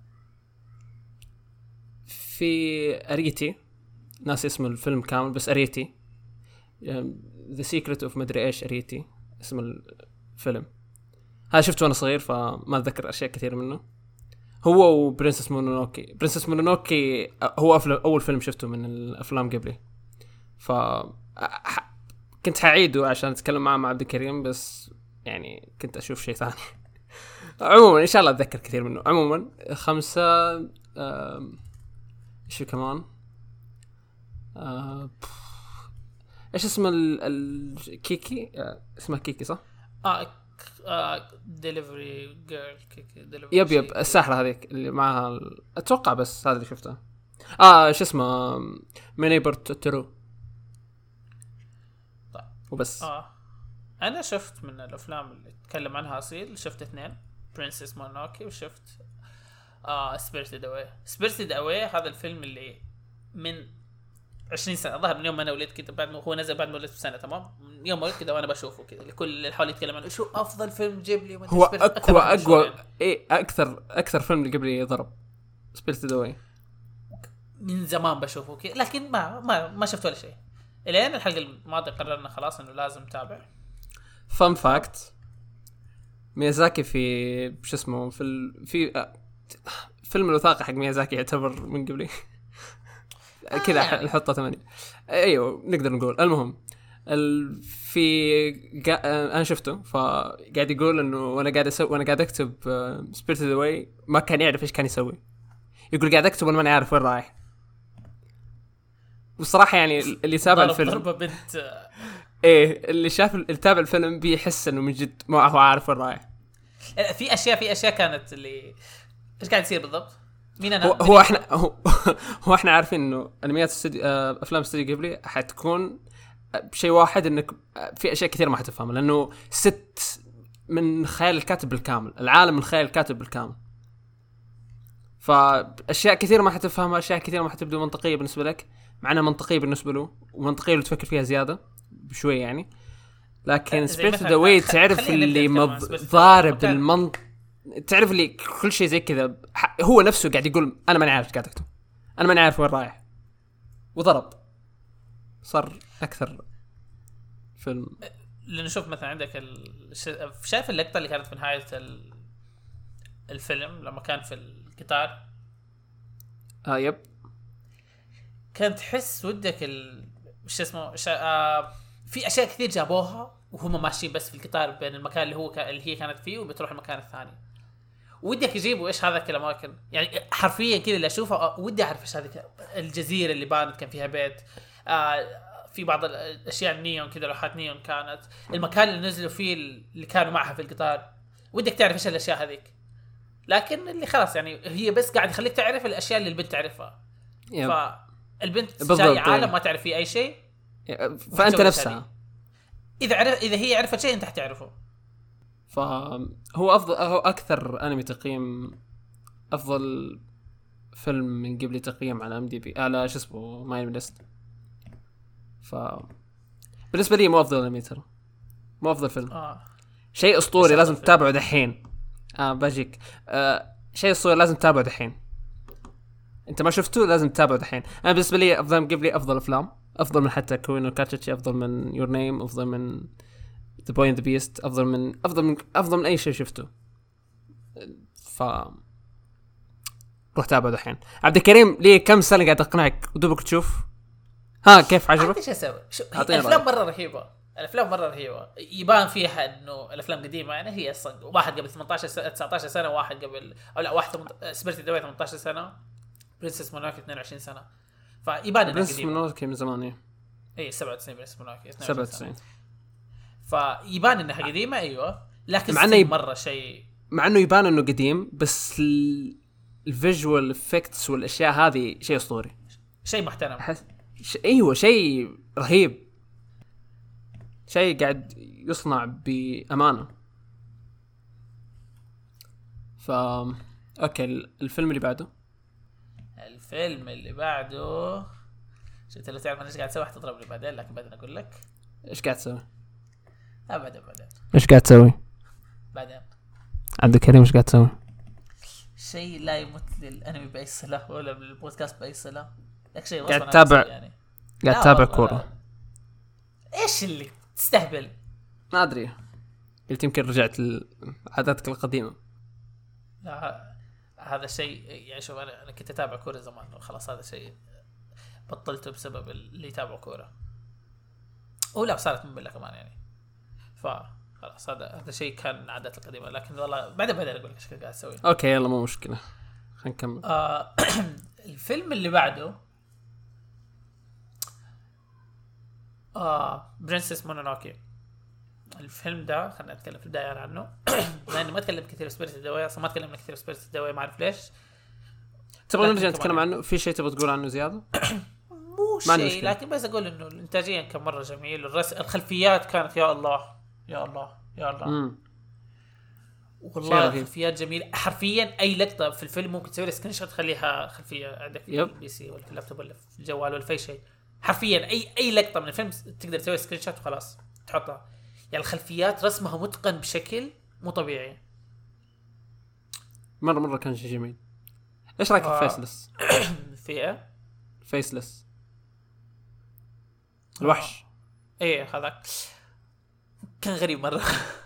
في أريتي ناس اسم الفيلم كامل بس أريتي The Secret of مدري إيش أريتي اسم الفيلم هذا شفته وأنا صغير فما أتذكر أشياء كثير منه. هو وبرنسس مونونوكي برنسس مونونوكي هو أول فيلم شفته من الأفلام قبلي ف كنت حعيده عشان أتكلم معه مع عبد الكريم بس يعني كنت أشوف شيء ثاني. عموما إن شاء الله أتذكر كثير منه. عموما خمسة إيش كمان أه... إيش اسم ال... الكيكي أه... اسمها كيكي صح؟ آه آه ديليفري جيرل كيكي ديليفري يب يب الساحرة هذيك اللي معها ال... أتوقع بس هذا اللي شفته. آه إيش اسمه مينيبر ترو طيب. وبس. آه أنا شفت من الأفلام اللي تكلم عنها أصيل شفت اثنين برنسس مونوكي وشفت آه سبيريتد أواي. سبيريتد أواي هذا الفيلم اللي من عشرين سنة ظهر من يوم ما أنا ولدت كده بعد ما هو نزل بعد ما ولدت بسنة تمام من يوم ما ولدت كده وأنا بشوفه كده لكل اللي حاولي يتكلم عنه شو أفضل فيلم جيبلي هو أقوى أقوى إيه أكثر أكثر فيلم اللي قبلي ضرب سبيريتد أواي من زمان بشوفه كده لكن ما ما ما شفت ولا شيء الين الحلقة الماضية قررنا خلاص إنه لازم نتابع. فان فاكت ميازاكي في شو اسمه في ال... في آه... فيلم الوثائقي حق ميازاكي يعتبر من قبلي آه كذا يعني. نحطه ثمانية ايوه نقدر نقول. المهم ال... في جا... انا شفته فقاعد يقول انه وانا قاعد اسوي وانا قاعد اكتب سبيريت ذا واي ما كان يعرف ايش كان يسوي. يقول قاعد اكتب وانا ما عارف وين رايح. والصراحه يعني اللي تابع الفيلم ضربه بنت ايه اللي شاف اللي تابع الفيلم بيحس انه من جد ما هو عارف وين رايح. في اشياء في اشياء كانت اللي ايش قاعد يصير بالضبط مين انا هو, هو احنا هو, هو احنا عارفين انه انميات استديو افلام استديو قبلي حتكون بشيء واحد انك في اشياء كثير ما حتفهمها لانه ست من خيال الكاتب بالكامل العالم من خيال الكاتب بالكامل فاشياء كثير ما حتفهمها اشياء كثير ما حتبدو منطقيه بالنسبه لك مع انها منطقيه بالنسبه له ومنطقيه لو تفكر فيها زياده بشوي يعني. لكن سبيريت ذا واي تعرف اللي ضارب المنطق تعرف اللي كل شيء زي كذا هو نفسه قاعد يقول انا ما عارف قاعد اكتب انا ما عارف وين رايح وضرب صار اكثر فيلم. لأنه شوف مثلا عندك ال... شايف اللقطة اللي كانت في نهاية ال... الفيلم لما كان في القطار اه يب كانت تحس ودك ال... وش اسمه شا... آه... في أشياء كثير جابوها وهم ماشيين بس في القطار بين المكان اللي هو ك... اللي هي كانت فيه وبتروح المكان الثاني ودك يجيبوا إيش هذاك الأماكن يعني حرفيا كذا اللي أشوفه ودي أعرف إيش هذه الجزيرة اللي بانت كان فيها بيت آه... في بعض الاشياء النيون كذا لوحات نيون كانت المكان اللي نزلوا فيه اللي كانوا معها في القطار ودك تعرف ايش الاشياء هذيك لكن اللي خلاص يعني هي بس قاعد يخليك تعرف الاشياء اللي البنت تعرفها يب. فالبنت جاي عالم ما تعرف فيه اي شيء فانت نفسها اذا عرف اذا هي عرفت شيء انت حتعرفه. فهو افضل هو اكثر انمي تقييم افضل فيلم من قبل تقييم على ام دي بي على شو اسمه ماي ليست. ف بالنسبه لي مو افضل انمي ترى مو افضل فيلم آه. شيء اسطوري لازم تتابعه دحين اه باجيك آه شيء اسطوري لازم تتابعه دحين انت ما شفته لازم تتابعه دحين. انا بالنسبه لي افضل قبلي افضل افلام افضل من حتى كوينو كاتشي افضل من يور نيم افضل من ذا بوي اند ذا بيست افضل من افضل من افضل من اي شيء شفته. ف روح تابع دحين. عبد الكريم ليه كم سنه قاعد اقنعك ودوبك تشوف؟ ها كيف عجبك؟ ايش اسوي؟ الافلام مره رهيبه، الافلام مره رهيبه، يبان فيها انه الافلام قديمه يعني هي الصدق. واحد قبل ثمانية عشر سنه تسعة عشر سنه، واحد قبل او لا واحد سبيرت الدوي ثمانية عشر سنه، برنسس مونوكي اثنين وعشرين سنه، فيبان انها برنسس قديمه. مونوكي من زمان ايه اي سبعة وتسعين برنسس مونوكي سبعة وتسعين، فيبان انها قديمه ايوه، لكن مع انه يب... مره شيء، مع انه يبان انه قديم بس ال... الفيجوال افكتس والاشياء هذه شيء اسطوري، شيء محترم. أحس... ش... ايوه شيء رهيب، شيء قاعد يصنع بامانه. ف اوكي الفيلم اللي بعده، الفيلم اللي بعده شفت لو تعرف انا ايش قاعد اسوي حتضربني بعدين، لكن بعدين اقول لك ايش قاعد تسوي. ابدا بعدين ايش قاعد تسوي بعدين عبد الكريم؟ ايش قاعد تسوي؟ شيء لا يمت للانمي باي صله ولا بالبودكاست باي صله، لك شيء قاعد تتابع يعني. قاعد تتابع كوره. ايش اللي تستهبل؟ ما ادري، قلت يمكن رجعت لعاداتك القديمه. لا هذا شيء يعني، شوف انا انا كنت اتابع كوره زمان وخلاص، هذا شيء بطلته بسبب اللي يتابعوا كوره، ولا صارت مملة كمان يعني، فخلاص هذا هذا شيء كان عادات القديمه. لكن والله بعدين بعدين اقول لك ايش قاعد اسوي. اوكي يلا مو مشكله، خلينا نكمل. آه الفيلم اللي بعده آه برنسس مونونوكي. الفيلم ده خلينا نتكلم في البدايه عنه لاني ما اتكلم كثير سبيريت الدواء، اصلا ما تكلمنا كثير سبيريت الدواء، ما اعرف ليش. تبغى نرجع نتكلم عنه؟ في شيء تبغى تقول عنه زياده؟ مو شيء، لكن بس اقول انه الانتاجيا كان مره جميل، الرس... الخلفيات كانت يا الله يا الله يا الله امم والله الخلفيات جميل حرفيا. اي لقطه في الفيلم ممكن تسوي سكرين شوت تخليها خلفيه عندك في البي سي ولا في اللابتوب ولا في الجوال ولا في اي شيء. حرفيا اي اي لقطه من الفيلم تقدر تسوي سكرين شوت وخلاص تحطها. يعني الخلفيات رسمها متقن بشكل مو طبيعي، مره مره كان شيء جميل. ايش رايك في فيسلس؟ في ايه فيسلس الوحش؟ آه. ايه هذاك كان غريب مره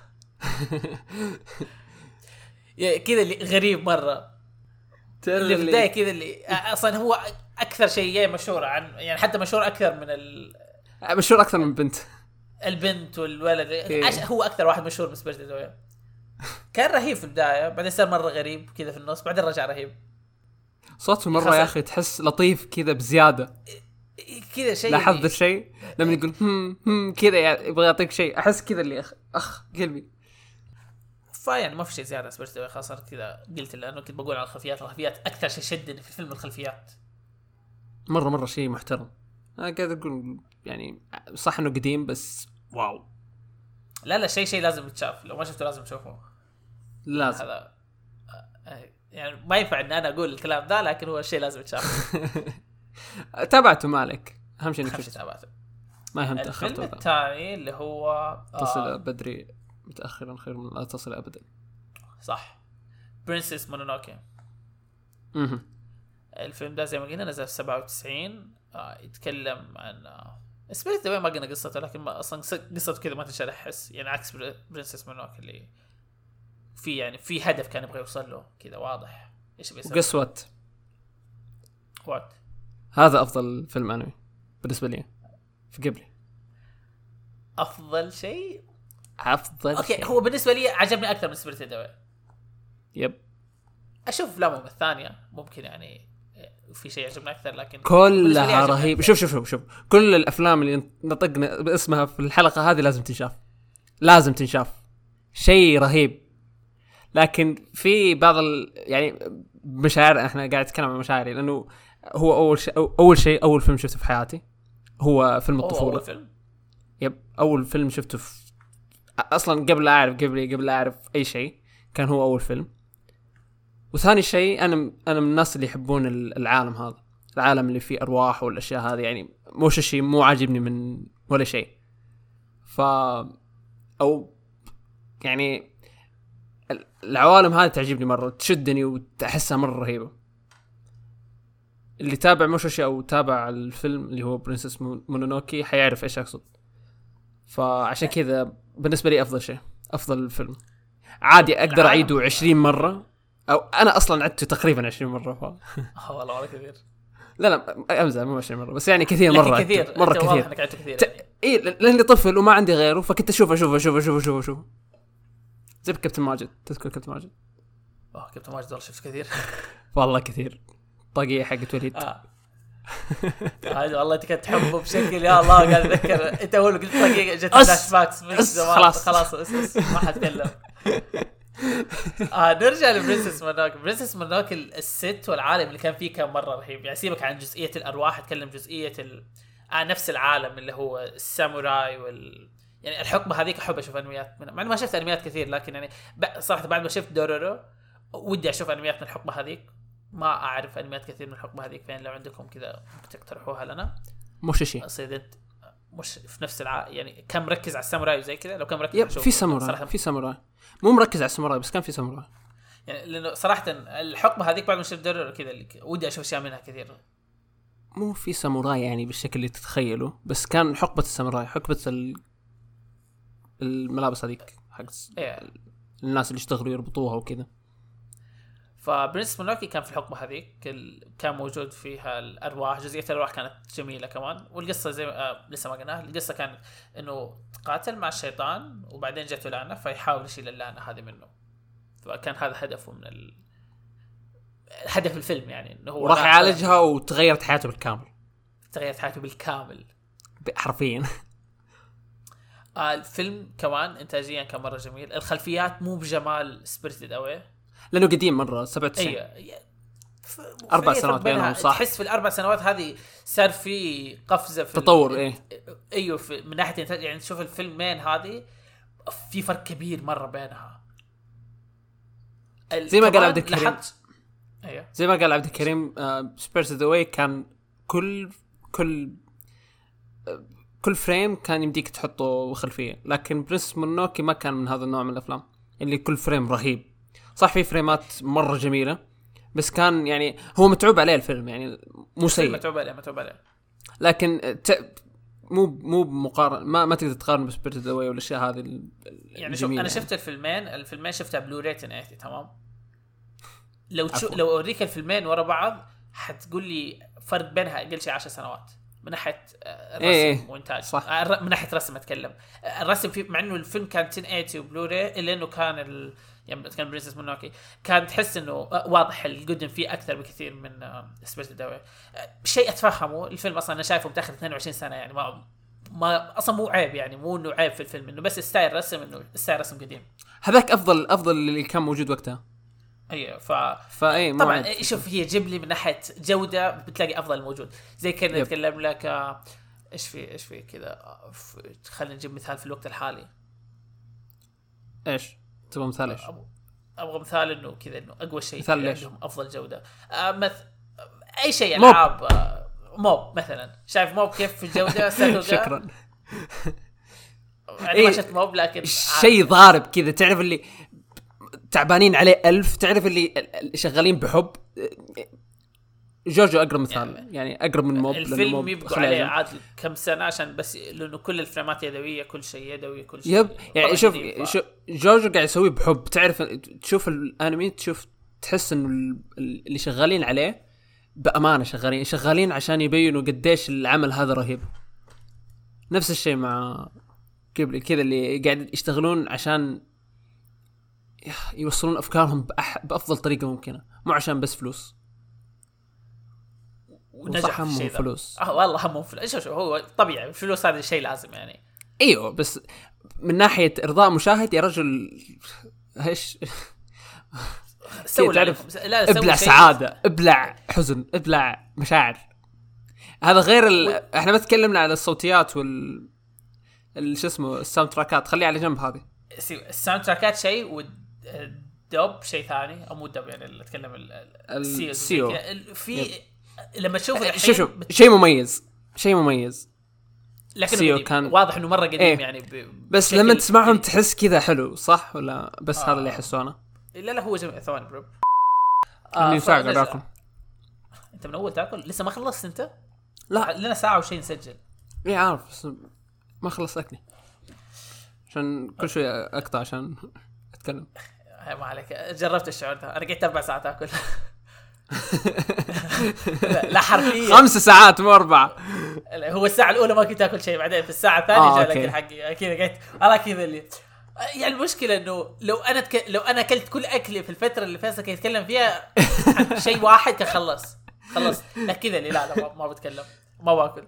كذا اللي غريب مره اللي في البدايه كذا اللي اصلا هو اكثر شيء مشهور عن يعني حتى مشهور اكثر من ال... مشهور اكثر من بنت البنت والولد إيه. هو اكثر واحد مشهور من سبيرت الدواء. كان رهيب في البدايه، بعدين صار مره غريب كذا في النص، بعدين رجع رهيب. صوته مره يا اخي تحس لطيف كذا بزياده كذا شيء. لاحظت اللي... الشيء لما يقول هم هم كذا يعني يبغى يعطيك شيء، احس كذا اللي اخ اخ قلبي. فيعني ما في شيء زياده سبيرت الدواء، خاصه كذا قلت لانه كنت بقول على الخلفيات. الخلفيات اكثر شيء شدني في الفيلم الخلفيات، مره مره شيء محترم. انا قاعد اقول يعني صح انه قديم بس واو. لا لا شيء شيء لازم يتشاف، لو ما شفته لازم تشوفه. لازم هذا يعني ما ينفع ان انا اقول الكلام ده، لكن هو الشيء لازم يتشاف. تابعته مالك اهم شيء انك تابعته، ما هم تاخرت. الفيلم الثاني اللي هو تصل آه بدري متاخرا خير من لا تصل ابدا. صح، برنسس مونونوكي. اها الفيلم ده زي ما قلنا نزل في سبعة وتسعين. آه يتكلم عن آه سبيريت ما قلنا قصته، لكن ما اصلا قصته كذا ما تشرح حس يعني، عكس برنسس مونونوكي اللي في يعني في هدف كان يبغى يوصل له كذا واضح ايش بيسوي. قصوت وات هذا افضل فيلم انمي بالنسبه لي في قبلي. افضل شيء افضل اوكي شيء. هو بالنسبه لي عجبني اكثر من سبيريت الدواء. يب اشوف افلامهم الثانيه ممكن يعني في شيء يعجبني اكثر، لكن كلها رهيب. شوف شوف شوف شوف كل الافلام اللي نطقنا باسمها في الحلقه هذه لازم تنشاف، لازم تنشاف، شيء رهيب. لكن في بعض ال... يعني مشاعر، احنا قاعد نتكلم عن مشاعري لانه هو اول شيء اول شيء اول فيلم شفته في حياتي هو فيلم الطفوله. أول فيلم. يب اول فيلم شفته في... اصلا قبل لا اعرف قبل قبل لا اعرف اي شيء كان هو اول فيلم. وثاني شيء انا انا من الناس اللي يحبون العالم هذا، العالم اللي فيه ارواح والاشياء هذه، يعني مش شيء مو عاجبني من ولا شيء. ف او يعني العوالم هذه تعجبني مره، تشدني وتحسها مره رهيبه. اللي تابع موشوشي او تابع الفيلم اللي هو برنسس مونونوكي حيعرف ايش اقصد. فعشان كذا بالنسبه لي افضل شيء، افضل فيلم. عادي اقدر اعيده عشرين مره او انا اصلا عدته تقريبا عشرين مره ف... اه والله والله كثير. لا لا امزح مو عشرين مره بس يعني كثير مره كثير مره كثير انك عدته كثير ت... يعني. اي لاني طفل وما عندي غيره فكنت اشوف اشوف اشوف اشوف اشوف اشوف زي كابتن ماجد. تذكر كابتن ماجد؟ اه كابتن ماجد والله شفت كثير. والله كثير. طاقية حقت وليد اه هذا والله انت كنت تحبه بشكل يا الله. قاعد اتذكر انت اول قلت طاقية جت فلاش باكس من زمان. خلاص خلاص اس اس ما حتكلم. آه نرجع لبرنسس مونوكي. برنسس مونوكي الست والعالم اللي كان فيه كان مرة رهيب يعني. سيبك عن جزئية الأرواح اتكلم جزئية ال... آه نفس العالم اللي هو الساموراي وال يعني الحقبة هذيك أحب أشوف أنميات منها مع إني ما شفت أنميات كثير لكن يعني ب... صراحة بعد ما شفت دورورو ودي أشوف أنميات من الحقبة هذيك. ما أعرف أنميات كثير من الحقبة هذيك فين. لو عندكم كذا تقترحوها لنا. مش شيء صيدت مش في نفس الع... يعني كم مركز على الساموراي وزي كذا. لو كم مركز يب في ساموراي في ساموراي مو مركز على الساموراي بس كان في ساموراي يعني. لأنه صراحة الحقبة هذيك بعد ما شفت دورورو كذا اللي ودي أشوف أشياء منها كثير. مو في ساموراي يعني بالشكل اللي تتخيله بس كان حقبة الساموراي حقبة ال... الملابس هذيك حق إيه. الناس اللي يشتغلوا يربطوها وكذا. فبرنس مونوكي كان في الحقبة هذيك كان موجود فيها الأرواح. جزئية الأرواح كانت جميلة كمان. والقصة زي آه لسه ما قلناها. القصة كانت إنه تقاتل مع الشيطان وبعدين جاته لعنة فيحاول يشيل اللعنة هذه منه. فكان هذا هدفه من ال... هدف الفيلم يعني إنه هو راح يعالجها وتغيرت حياته بالكامل. تغيرت حياته بالكامل حرفيا. آه الفيلم كمان إنتاجيا كان مرة جميل. الخلفيات مو بجمال سبيريتد أوي لأنه قديم مرة سبعة وتسعين. أيه. أربع سنوات بينهم صح. تحس في الأربع سنوات هذه صار في قفزة في تطور. إيه أيوه في من ناحية إنتاج يعني. تشوف الفيلمين هذه في فرق كبير مرة بينها. زي ما قال عبد الكريم لحد... أيوه زي ما قال عبد الكريم سبيريتد أواي كان كل كل كل فريم كان يمديك تحطه خلفية. لكن برنسس مونوكي ما كان من هذا النوع من الأفلام اللي كل فريم رهيب. صح في فريمات مرة جميلة بس كان يعني هو متعوب عليه الفيلم يعني مو سيء. متعوب عليه متعوب عليه لكن ت... مو مو مقارن ما ما تقدر تقارن بسبيريتد أواي والأشياء هذه يعني. شوف أنا يعني. شفت الفيلمين الفيلمين شفتها بلوراي تنعتي تمام. لو تشو... لو أوريك الفيلمين ورا بعض حتقول لي فرق بينها أقل شيء عشر سنوات من ناحية الرسم إيه وإنتاج صح. من ناحية رسم أتكلم. الرسم في مع إنه الفيلم كان عشرة ثمانين وبلوراي إلا إنه كان ال... يعني كان برنسس مونوكي كان تحس إنه واضح القدم فيه أكثر بكثير من سبيريتد أواي. شيء أتفهمه الفيلم أصلاً أنا شايفه متأخر اثنين وعشرين سنة يعني ما ما أصلاً مو عيب يعني. مو إنه عيب في الفيلم إنه بس ستايل رسم إنه ستايل رسم قديم. هذاك أفضل أفضل اللي كان موجود وقتها. ايوه ف فاي طبعا شوف هي جيب لي من ناحيه جوده بتلاقي افضل موجود. زي كنا نتكلم لك ايش في ايش في كذا. خلينا نجيب مثال في الوقت الحالي. ايش تبغى مثال؟ ايش ابغى مثال انه كذا انه اقوى شيء عندهم افضل جوده. آه مث... اي شيء العاب آه موب مثلا. شايف موب كيف في الجوده شكرا. يعني ما شفت موب لكن شيء ضارب كذا. تعرف اللي تعبانين عليه ألف. تعرف اللي شغالين بحب. جوجو أقرب مثال يعني, يعني أقرب من موب. الفيلم يبقى عليه عاد كم سنة عشان بس لأنه كل الفريمات يدوية كل شيء يدوي كل شيء يب يعني شوف ف... جوجو قاعد يسوي بحب. تعرف تشوف الأنمي تشوف تحس إنه اللي شغالين عليه بأمانة شغالين شغالين عشان يبينوا قديش العمل هذا رهيب. نفس الشيء مع كيبلي كذا اللي قاعد يشتغلون عشان يوصلون أفكارهم بأح... بأفضل طريقة ممكنة مو عشان بس فلوس. ونجح همهم فلوس. اه والله همهم فلوس. شوف شوف هو طبيعي الفلوس هذا شيء لازم يعني. ايوه بس من ناحية إرضاء مشاهد يا رجل ايش سوي تعرف ابلع سعادة ابلع حزن ابلع مشاعر. هذا غير ال... و... احنا ما تكلمنا على الصوتيات وال شو اسمه الساوند تراكات. خليه على جنب. هذه الساوند تراكات شيء والدوب شيء ثاني او مو دوب يعني اللي اتكلم السيو في لما تشوف الحين شوف شيء مميز شيء مميز لكن كان واضح انه مره قديم ايه. يعني ب... بس لما تسمعهم تحس كذا حلو صح ولا بس آه. هذا اللي احسه انا. لا لا هو جميع ثواني برو آه ساعة قاعد اكل. انت من اول تاكل لسه ما خلصت انت؟ لا لنا ساعه وشيء نسجل. ايه عارف بس ما خلص اكلي عشان كل شوي اقطع عشان اتكلم. هاي ما عليك، جربت الشعور ده، انا قعدت اربع ساعات اكل. لا, لا حرفيا خمس ساعات مو اربعه. هو الساعه الاولى ما كنت اكل شيء، بعدين في الساعه الثانيه آه جاء لك الحق كذا قعدت على كذا اللي يعني. المشكله انه لو انا تك... لو انا اكلت كل اكلي في الفتره اللي فيصل كان يتكلم فيها عن شيء واحد كان خلص خلص لا كذا اللي لا لا ما, ما بتكلم ما باكل.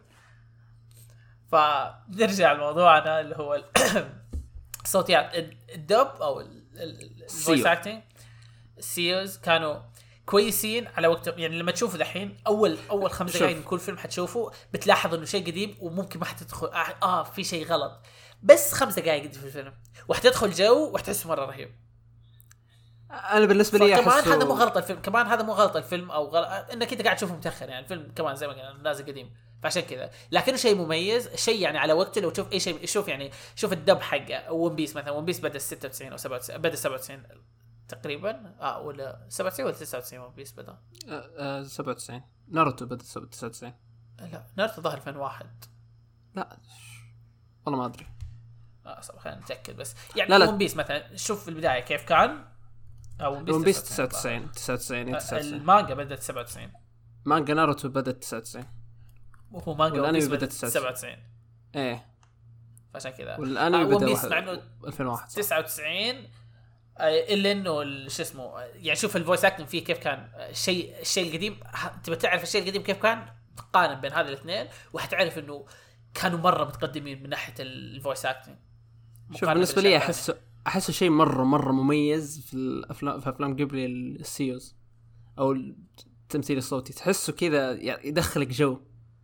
فنرجع لموضوعنا اللي هو الصوتيات. الدب او الفويس اكتنج السيوز كانوا كويسين على وقت يعني. لما تشوفه دحين اول اول خمس دقائق من كل فيلم حتشوفه بتلاحظ انه شيء قديم وممكن ما حتدخل اه, آه في شيء غلط، بس خمس دقائق في الفيلم وحتدخل جو وحتحس مره رهيب. انا بالنسبه لي كمان احس هذا مو غلط الفيلم، كمان هذا مو غلط الفيلم او غلط انك انت قاعد تشوفه متاخر يعني. الفيلم كمان زي ما قلنا نازل قديم فعشان كذا، لكنه شيء مميز شيء يعني على وقته. لو تشوف اي شيء شوف يعني شوف الدب حقه ون بيس مثلا. ون بيس بدا ستة وتسعين او سبعة وتسعين، بدا سبعة وتسعين تقريبا اه ولا سبعة وتسعين ولا تسعة وتسعين. ون بيس بدا آه سبعة وتسعين. ناروتو بدا تسعة وتسعين. لا ناروتو ظهر ألفين وواحد. لا والله ما ادري اه صح خلينا نتاكد بس يعني. لا لا. ون بيس مثلا شوف في البدايه كيف كان. ون بيس تسعة وتسعين تسعة وتسعين تسعة وتسعين. المانجا بدات سبعة وتسعين. مانجا ناروتو بدات تسعة وتسعين وهو مانجا ون بيس بدات سبعة وتسعين. ايه عشان كذا والانمي بدا ألفين وواحد تسعة وتسعين. الا انه شو اسمه يعني شوف الفويس اكتنج فيه كيف كان. الشيء الشيء القديم تبي تعرف الشيء القديم كيف كان تقارن بين هذه الاثنين وحتعرف انه كانوا مره متقدمين من ناحيه الفويس اكتنج. شوف بالنسبه لي احس احس شيء مره مره مميز في الافلام في افلام قبل السيوز او التمثيل الصوتي. تحسه كذا يدخلك جو.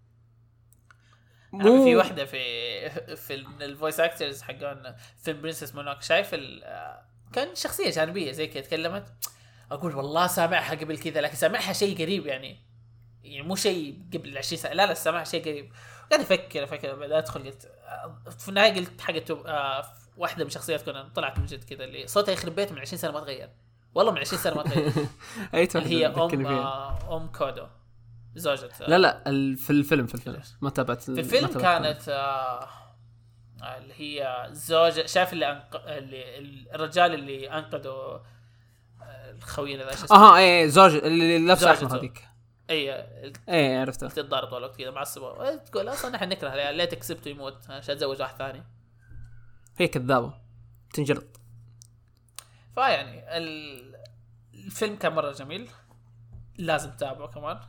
مو في واحده في في الفويس اكترز حقون فيلم برنسس مونوك شايف كان شخصيه جانبيه زي كذا تكلمت اقول والله سامعها قبل كذا لكن سامعها شيء قريب يعني يعني مو شيء قبل عشرين سنه لا لا سامعها شيء قريب. قاعد افكر افكر بعد ادخل قلت في النهايه قلت حاجه آه واحده من شخصيات كنا طلعت من جد كذا اللي صوتها يخرب بيت من عشرين سنه ما تغير والله من عشرين سنه ما تغير. هي ام آه ام كودو زوجة. لا لا في الفيلم في الفيلم ما تابعت. في الفيلم كانت آه اللي هي زوجة شايف اللي, أنق... اللي الرجال اللي انقذوا الخوينا ذا شو اسمه. اها ايه زوج اللي لابس احمر هذيك. اي ايه عرفتها. تتضارب طول الوقت كذا معصبه تقول اصلا احنا نكره ليه تكسبته يموت عشان اتزوج واحد ثاني. هي كذابه تنجلط. فيعني الفيلم كان مره جميل لازم تتابعه كمان.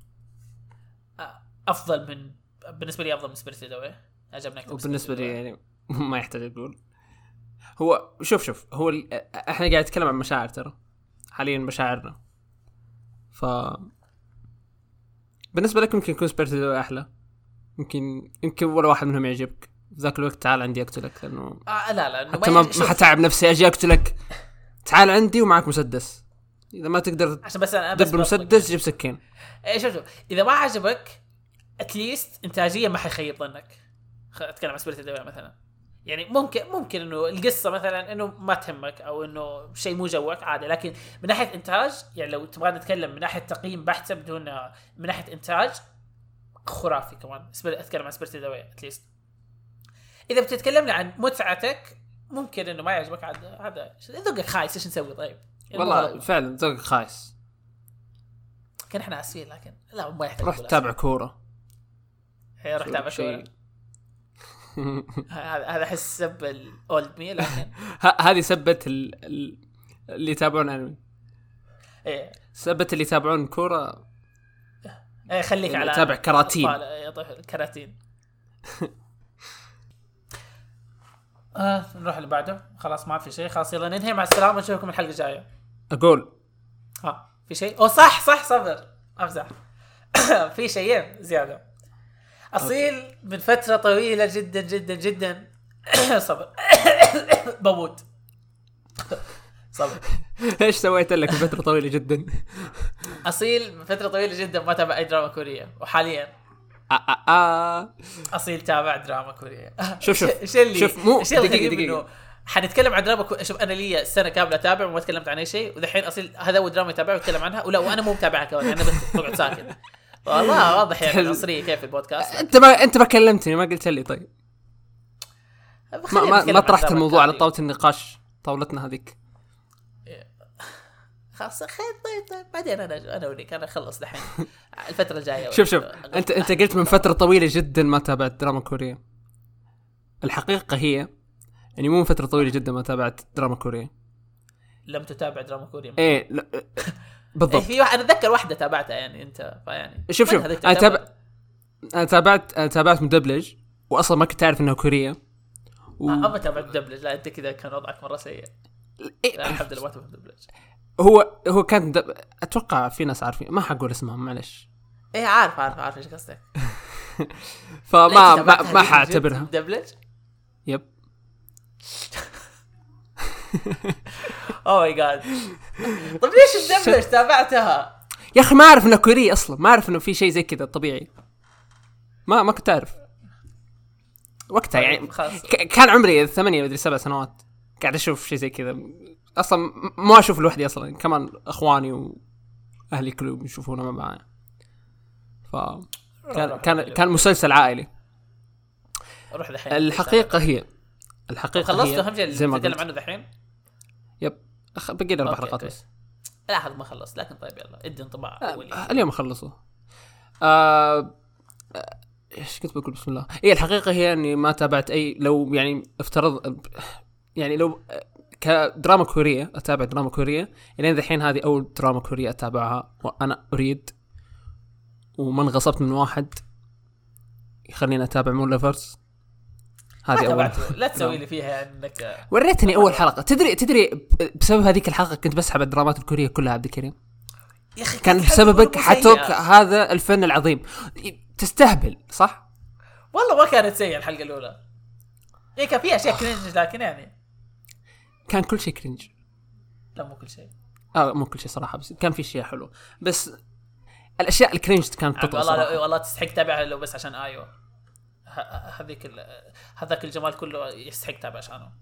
افضل من بالنسبه لي افضل من سبيريتد أواي. عجبني اكثر. وبالنسبه لي يعني ما يحتاج اقول. هو شوف شوف هو ال... احنا قاعد نتكلم عن مشاعر ترى حاليا مشاعرنا. ف بالنسبه لك ممكن يكون سبيريتد أواي احلى. يمكن يمكن ولا واحد منهم يعجبك في ذاك الوقت. تعال عندي اقتلك لانه آه لا لا حتى ما, ما حتعب نفسي اجي اقتلك. تعال عندي ومعك مسدس. اذا ما تقدر عشان بس انا دب مسدس جيب سكين. ايه شوف شوف اذا ما عجبك اتليست انتاجيا ما حيخيب ظنك. اتكلم عن سبيريتد أواي مثلا يعني ممكن ممكن انه القصه مثلا انه ما تهمك او انه شيء مو جوك عادي، لكن من ناحيه انتاج يعني لو تبغى نتكلم من ناحيه تقييم بحته بدون من ناحيه انتاج خرافي. كمان اتكلم عن سبيريتد أواي اتليست. اذا بتتكلمنا عن متعتك ممكن انه ما يعجبك عاد هذا ذوقك خايس ايش نسوي طيب والله فعلا ذوقك خايس. كان احنا اسفين لكن لا ما يحتاج. روح تتابع كوره. هي روح تتابع كوره. هذا هذا احس سب الاولد مي لكن هذه سبت اللي يتابعون انمي. ايه سبت اللي يتابعون كوره. ايه خليك على تابع كراتين يا طفل كراتين. آه نروح اللي بعده. خلاص ما في شيء خلاص يلا ننهي مع السلامه نشوفكم الحلقه الجايه. اقول ها في شيء او صح صح صبر افزع. في شيئين زياده. اصيل من فتره طويله جدا جدا جدا صبر بموت صبر. ايش سويت لك فتره طويله جدا؟ اصيل من فتره طويله جدا ما تابع اي دراما كوريه وحاليا آه آه. اصيل تابع دراما كوريه. شوف شوف ايش اللي شوف مو دقيقه دقيقه حنتكلم عن دراما كو... شوف انا لي سنه كامله اتابع وما تكلمت عن اي شيء ودحين اصيل هذا هو دراما يتابع ويتكلم عنها ولا وانا مو متابعها كمان انا بس بقعد ساكت. والله واضح يعني العصريه كيف البودكاست. انت ما انت ما كلمتني ما قلت لي طيب ما ما, ما طرحت الموضوع على طاوله النقاش طاولتنا هذيك. خلاص خير طيب طيب بعدين انا انا اوريك انا اخلص دحين الفتره الجايه. شوف شوف انت انت قلت من فتره طويله جدا ما تابعت دراما كورية. الحقيقه هي يعني مو من فتره طويله جدا ما تابعت دراما كورية. لم تتابع دراما كورية؟ ايه لا بالضبط. في واحد انا اتذكر واحده تابعتها يعني انت فيعني شوف شوف انا تابع انا تابعت انا تابعت مدبلج واصلا ما كنت عارف انها كورية و... ابى اتابع مدبلج. لا انت كذا كان وضعك مره سيء. إيه؟ لا الحمد لله ما تابع مدبلج. هو هو كان دب... اتوقع في ناس عارفين ما حقول اسمهم معلش. ايه عارف عارف عارف ايش قصدك. فما ما, ما حاعتبرها مدبلج. يب. اوه ماي جاد. طيب ليش مدبلج تابعتها يا اخي؟ ما اعرف انه كوري اصلا، ما اعرف انه في شيء زي كذا طبيعي. ما ما كنت اعرف وقتها يعني. ك- كان عمري ثمانية مدري سبع سنوات قاعد اشوف شيء زي كذا اصلا. ما اشوف لوحدي اصلا، كمان اخواني واهلي كلهم يشوفونه معي. ف كان كان كان مسلسل عائلي. روح دحين. الحقيقه هي الحقيقه خلصت اهم شيء اللي نتكلم عنه دحين. يب أخ... بقي لي اربع حلقات بس. لا هذا ما خلص لكن طيب يلا ادي انطباع اولي. آه اليوم اخلصه. آه... ايش كنت بقول؟ بسم الله. ايه الحقيقه هي اني ما تابعت اي، لو يعني افترض يعني لو كدراما كورية اتابع دراما كورية يعني الحين هذه اول دراما كورية اتابعها وانا اريد وما انغصبت من واحد يخليني اتابع مون لافرز. هذه اول. لا تسوي لي فيها يعني انك وريتني اول حلقه. تدري تدري بسبب هذيك الحلقه كنت بسحب الدرامات الكورية كلها. عبد الكريم كان بسببك حتوك هذا الفن العظيم. تستهبل صح؟ والله ما كانت سيئة الحلقة الأولى. إيه كان فيها أشياء كرنج لكن يعني كان كل شيء كرنج. لا مو كل شيء. آه مو كل شيء صراحة، بس كان في شيء حلو. بس الأشياء الكرنج كانت تطلع صراحة. والله والله تستحق تتابعها لو بس عشان آيو. هذيك هذاك الجمال كله يستحق تتابع عشانه.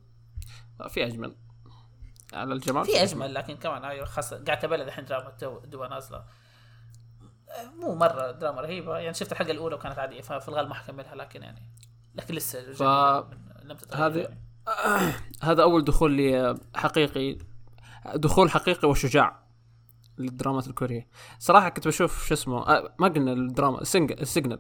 في أجمل على الجمال. في أجمل لكن كمان آيو خاصة قاعد تبلد الحين دراما دوا نازلة. مو مرة دراما رهيبة يعني. شفت الحلقة الأولى وكانت عادية ففي الغالب ما حكملها لكن يعني لكن لسه ف... لم هذا يعني. آه... هذا أول دخول لي حقيقي، دخول حقيقي وشجاع للدرامات الكورية صراحة. كنت بشوف شو اسمه آه... ما قلنا الدراما السيجنال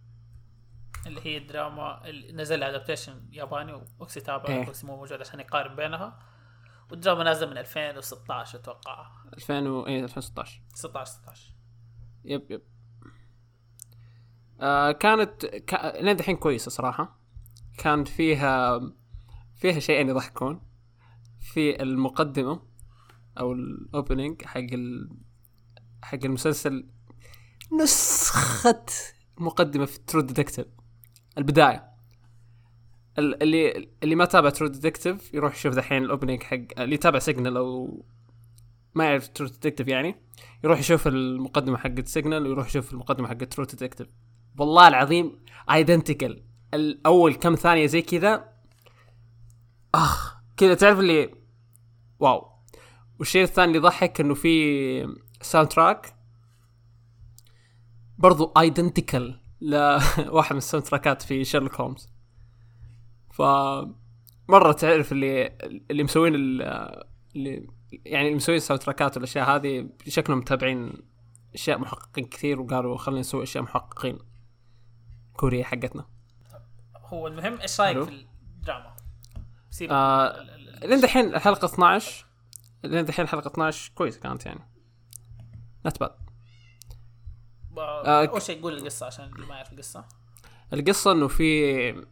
اللي هي الدراما اللي نزل أدابتيشن ياباني وأكسي تابع إيه. أكسي مو موجود عشان يقارن بينها. والدراما نازلة من ألفين وستة عشر أتوقع. ألفين و إيه ألفين وستة عشر ستة عشر ستة عشر يب يب. آه كانت ك... لين دحين كويسة صراحة. كان فيها فيها شيئين يضحكون في المقدمة أو الأوبننج حق ال... حق المسلسل. نسخة مقدمة في ترو ديتكتيف البداية. اللي اللي ما تابع ترو ديتكتيف يروح يشوف دحين الأوبننج حق اللي تابع سيجنال أو ما يعرف ترو ديتكتيف يعني يروح يشوف المقدمة حقت سيجنال ويروح يشوف المقدمة حقت ترو ديتكتيف. والله العظيم ايدنتيكال. الأول كم ثانية زي كذا أخ كذا تعرف اللي واو. والشيء الثاني اللي ضحك إنه في ساوند تراك برضو ايدنتيكال لواحد من الساوند تراكات في شيرلوك هولمز. فمرة تعرف اللي اللي مسوين اللي يعني اللي مسوين الساوند تراكات والأشياء هذه شكلهم متابعين أشياء محققين كثير وقالوا خلينا نسوي أشياء محققين كوريا حقتنا. هو المهم إيش رأيك في الدراما؟ آه لين دحين الحلقة اثناشر لين دحين الحلقة اثناشر كويس كانت يعني نتبات. آه أول شيء يقول القصة عشان اللي ما يعرف القصة. القصة إنه في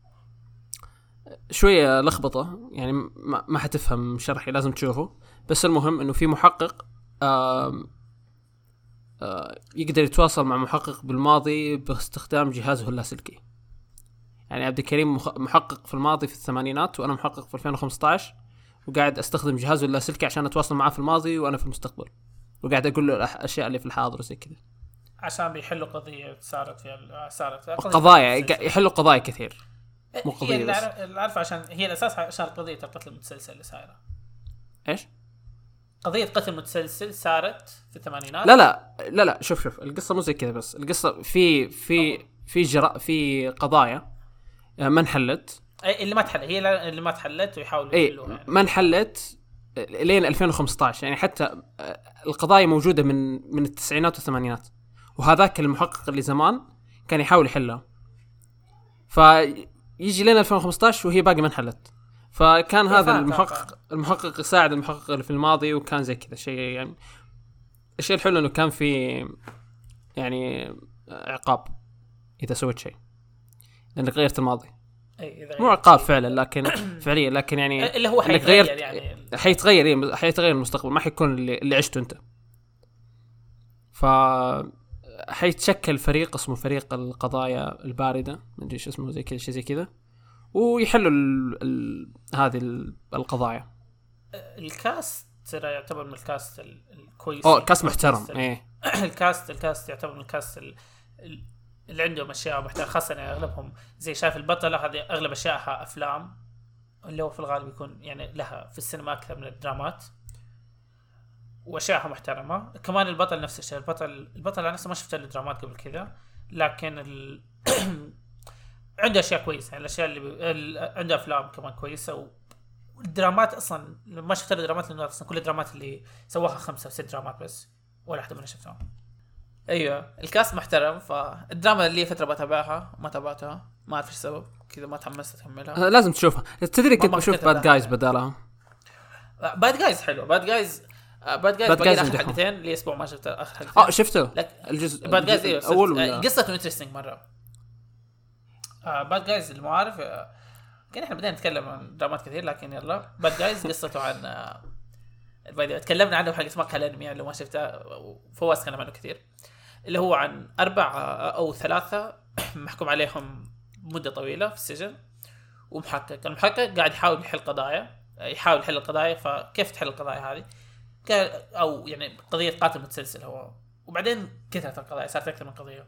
شوية لخبطة يعني ما, ما حتفهم شرحي لازم تشوفه. بس المهم إنه في محقق آه آه يقدر يتواصل مع محقق بالماضي باستخدام جهازه اللاسلكي. يعني عبد الكريم محقق في الماضي في الثمانينات وأنا محقق في ألفين وخمسة عشر وقاعد أستخدم جهازه اللاسلكي عشان أتواصل معه في الماضي وأنا في المستقبل وقاعد أقول له الأشياء اللي في الحاضر زي كذا عشان بيحلوا قضية صارت في صارت قضايا يحلوا قضايا كثير مو قضية هي بس. اللي عارف عشان هي الأساس عشان قضية القتل المتسلسل اللي صايرة. إيش؟ قضية قتل متسلسل صارت في الثمانينات. لا لا لا لا شوف شوف القصة مو زي كذا. بس القصة في في في جراء في قضايا ما انحلت. اللي ما تحل هي اللي ما تحلت ويحاولوا يحلوها. ما انحلت لين ألفين وخمسة عشر، يعني حتى القضايا موجودة من من التسعينات والثمانينات، وهذاك المحقق اللي زمان كان يحاول يحلها، فيجي لين ألفين وخمسة عشر وهي باقي ما انحلت. فكان هذا المحقق المحقق يساعد المحقق اللي في الماضي، وكان زي كذا شيء. يعني الشيء الحلو انه كان في يعني عقاب اذا سويت شيء، لانك غيرت الماضي. مو عقاب فعلا لكن فعليا، لكن يعني اللي هو حيتغير، يعني حيتغير حيتغير المستقبل، ما حيكون اللي, اللي عشته انت. ف حيتشكل فريق اسمه فريق القضايا الباردة، ما ادري ايش اسمه، زي كذا شيء زي كذا، ويحلوا ال... ال... هذه ال... القضايا. الكاست ترى يعتبر من الكاست الكويس، اه كاست محترم. ايه الكاست الكاست يعتبر من الكاست ال... اللي عندهم اشياء محترمه، خاصه يعني اغلبهم زي شايف البطله هذه اغلب اشيائها افلام، اللي هو في الغالب يكون يعني لها في السينما اكثر من الدرامات، واشياءها محترمه. كمان البطل نفس الشيء، البطل البطل انا لسه ما شفت الدرامات قبل كذا، لكن ال... عنده اشياء كويسه، يعني الاشياء اللي ب... ال... عنده افلام كمان كويسه، والدرامات اصلا ما شفت الدرامات لانه اصلا كل الدرامات اللي سواها خمسة او ست درامات بس، ولا واحده منها شفتها. ايوه الكاست محترم. فالدراما اللي فتره بتابعها ما تابعتها، ما اعرف ايش السبب، كذا ما تحمست اكملها. لازم تشوفها. تدري كنت بشوف باد جايز بدالها. باد جايز حلو. باد جايز باد جايز بقى اخر حلقتين لي اسبوع ما شفت اخر حلقتين. اه شفته الجزء باد جايز ايوه اول ولا قصته انترستينج مره. آه باد جايز اللي مو عارف، كان احنا بدينا نتكلم عن درامات كثير، لكن يلا باد جايز قصته عن آه تكلمنا عنه بحلقه اسمها كلامي يعني لو ما شفتها، فواز كلام عنه كثير، اللي هو عن أربعة أو ثلاثة محكوم عليهم مدة طويلة في السجن، ومحقق المحقق قاعد يحاول يحل قضايا يحاول يحل القضايا. فكيف تحل القضايا هذه؟ أو يعني قضية قاتل متسلسل هو، وبعدين كثرت القضايا، صارت أكثر من قضية.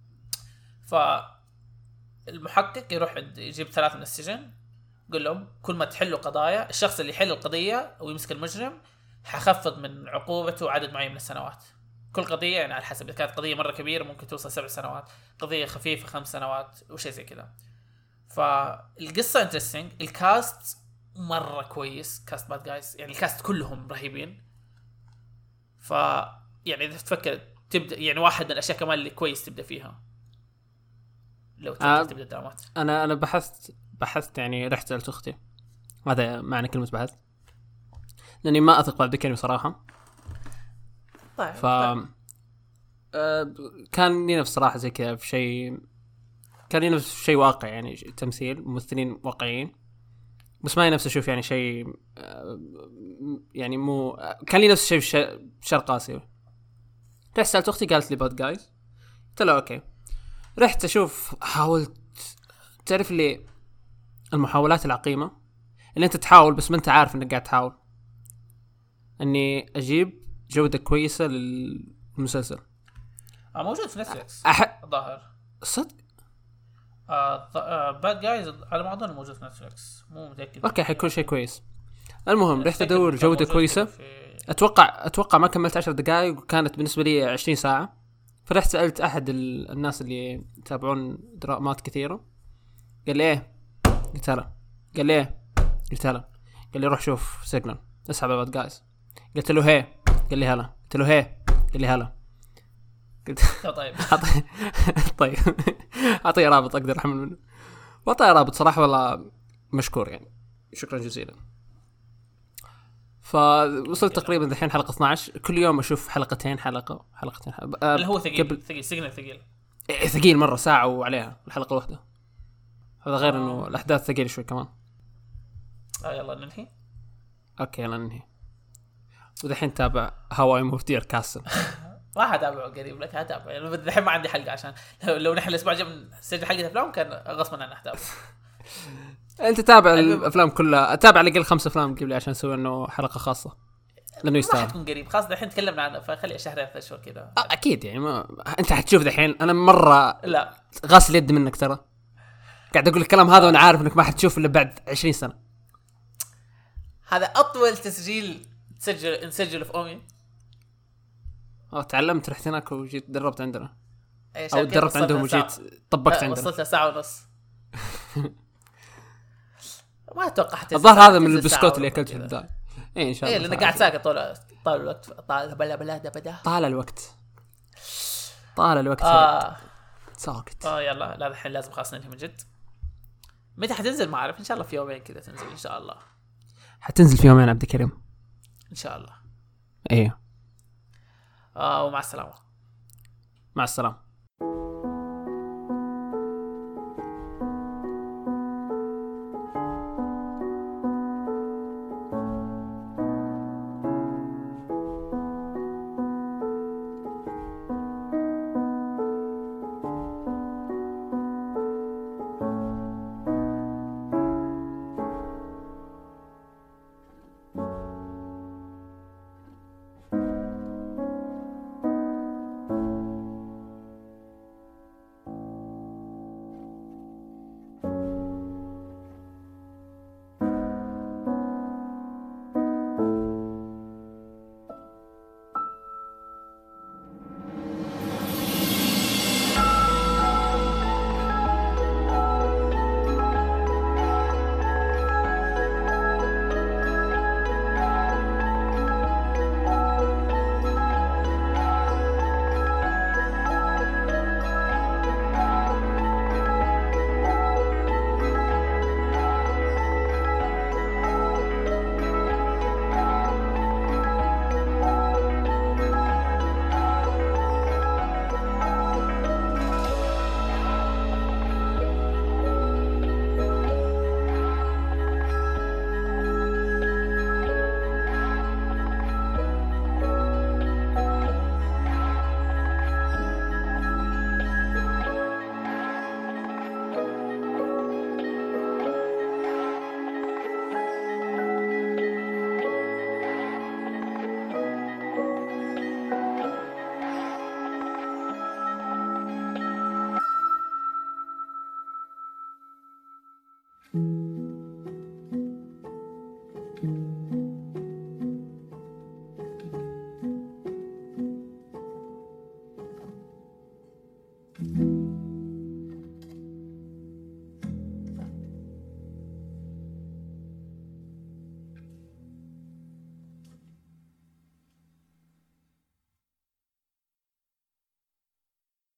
فالمحقق يروح يجيب ثلاثة من السجن، يقول لهم كل ما تحلوا قضايا، الشخص اللي يحل القضية ويمسك المجرم حخفض من عقوبته عدد معين من السنوات. كل قضية يعني على حسب، إذا كانت قضية مرة كبيرة ممكن توصل سبع سنوات، قضية خفيفة خمس سنوات وشيء زي كذا. فالقصة انترستينج، الكاست مرة كويس، كاست باد جايز يعني الكاست كلهم رهيبين. ف يعني إذا تفكر تبدأ يعني واحد من الأشياء كمان اللي كويس تبدأ فيها لو تبدأ, آه تبدأ درامات. أنا أنا بحثت بحثت يعني رحت سألت أختي ماذا معنى كلمة بحث، لأني ما أثق بعد ذكرني بصراحة. طيب ف آه كان لي نفس صراحة زي كذا في شيء، كان لي نفس شيء واقع يعني تمثيل ممثلين واقعيين، بس ما نفس أشوف يعني شيء آه يعني مو آه كان لي نفس الشيء في شرق آسيا. رحت سألت أختي قالت لي باد جايز، قلت له أوكي. رحت أشوف، حاولت تعرف لي المحاولات العقيمة اللي أنت تحاول بس ما أنت عارف إنك قاعد تحاول، إني أجيب جودة كويسة للمسلسل. آه موجود في نتفليكس أح... ظاهر صدق. آه آه باد جايز على ما أظن موجود في نتفليكس، مو متأكد. أوكي حيكون شيء كويس. المهم رحت أدور جودة كويسة في... أتوقع أتوقع ما كملت عشر دقائق وكانت بالنسبة لي عشرين ساعة. فرحت سألت أحد ال... الناس اللي يتابعون درامات كثيرة، قال لي إيه؟ قلت له. قال لي إيه؟ قلت له. قال لي روح شوف سيجنال، اسحب باد جايز. قلت له هي. قال لي هلا. قلت له هي. قال لي هلا. قلت طيب طيب أعطيه رابط أقدر أحمل منه، وأعطيه رابط صراحة والله مشكور يعني، شكرا جزيلا. فوصلت تقريبا الحين حلقة اثنا عشر، كل يوم أشوف حلقتين حلقة حلقتين حلقة. أه اللي هو ثقيل قبل... ثقيل سيجنال ثقيل إيه ثقيل مرة، ساعة وعليها الحلقة الواحدة. هذا غير إنه الأحداث ثقيلة شوي كمان. آه يلا ننهي. أوكي يلا ننهي. ودحين تابع هواي موفتير كاسل. ما هتابعه قريب لك، هتابع يعني الحين ما عندي حلقة، عشان لو, لو نحن الأسبوع الجاي نسجل حلقة أفلام كان غصبا أنا أتابع. أنت تابع الأفلام كلها، أتابع على الأقل خمس أفلام قبل عشان أسوي إنه حلقة خاصة، لأنه يستاهل. ما حتكون قريب خاصة الحين تكلمنا عنه، فخلي شهرين ثلاث شهور كذا. أكيد يعني ما... أنت حتشوف دحين أنا مرة لا غاسل يد منك ترى، قاعد أقول الكلام هذا وأنا عارف إنك ما حتشوف إلا بعد عشرين سنة. هذا أطول تسجيل تسجل نسجله في أمي. أو تعلمت رحت هناك وجيت دربت عندنا، أو دربت عندهم وجيت طبقت عندنا. وصلت ساعة ونص. ما أتوقع الظاهر هذا من البسكوت اللي أكلته في الدار. ايه ان شاء ايه الله لانه تعالى. قاعد ساكت طول طول الوقت، طال بلا بلا ده بدا طال الوقت طال الوقت آه. ساكت. اه يلا لا الحين لازم خلاص ننهي من جد. متى حتنزل ما اعرف، ان شاء الله في يومين كذا تنزل ان شاء الله. حتنزل في يومين عبد الكريم ان شاء الله. ايه. آه ومع السلامه. مع السلامة. thank you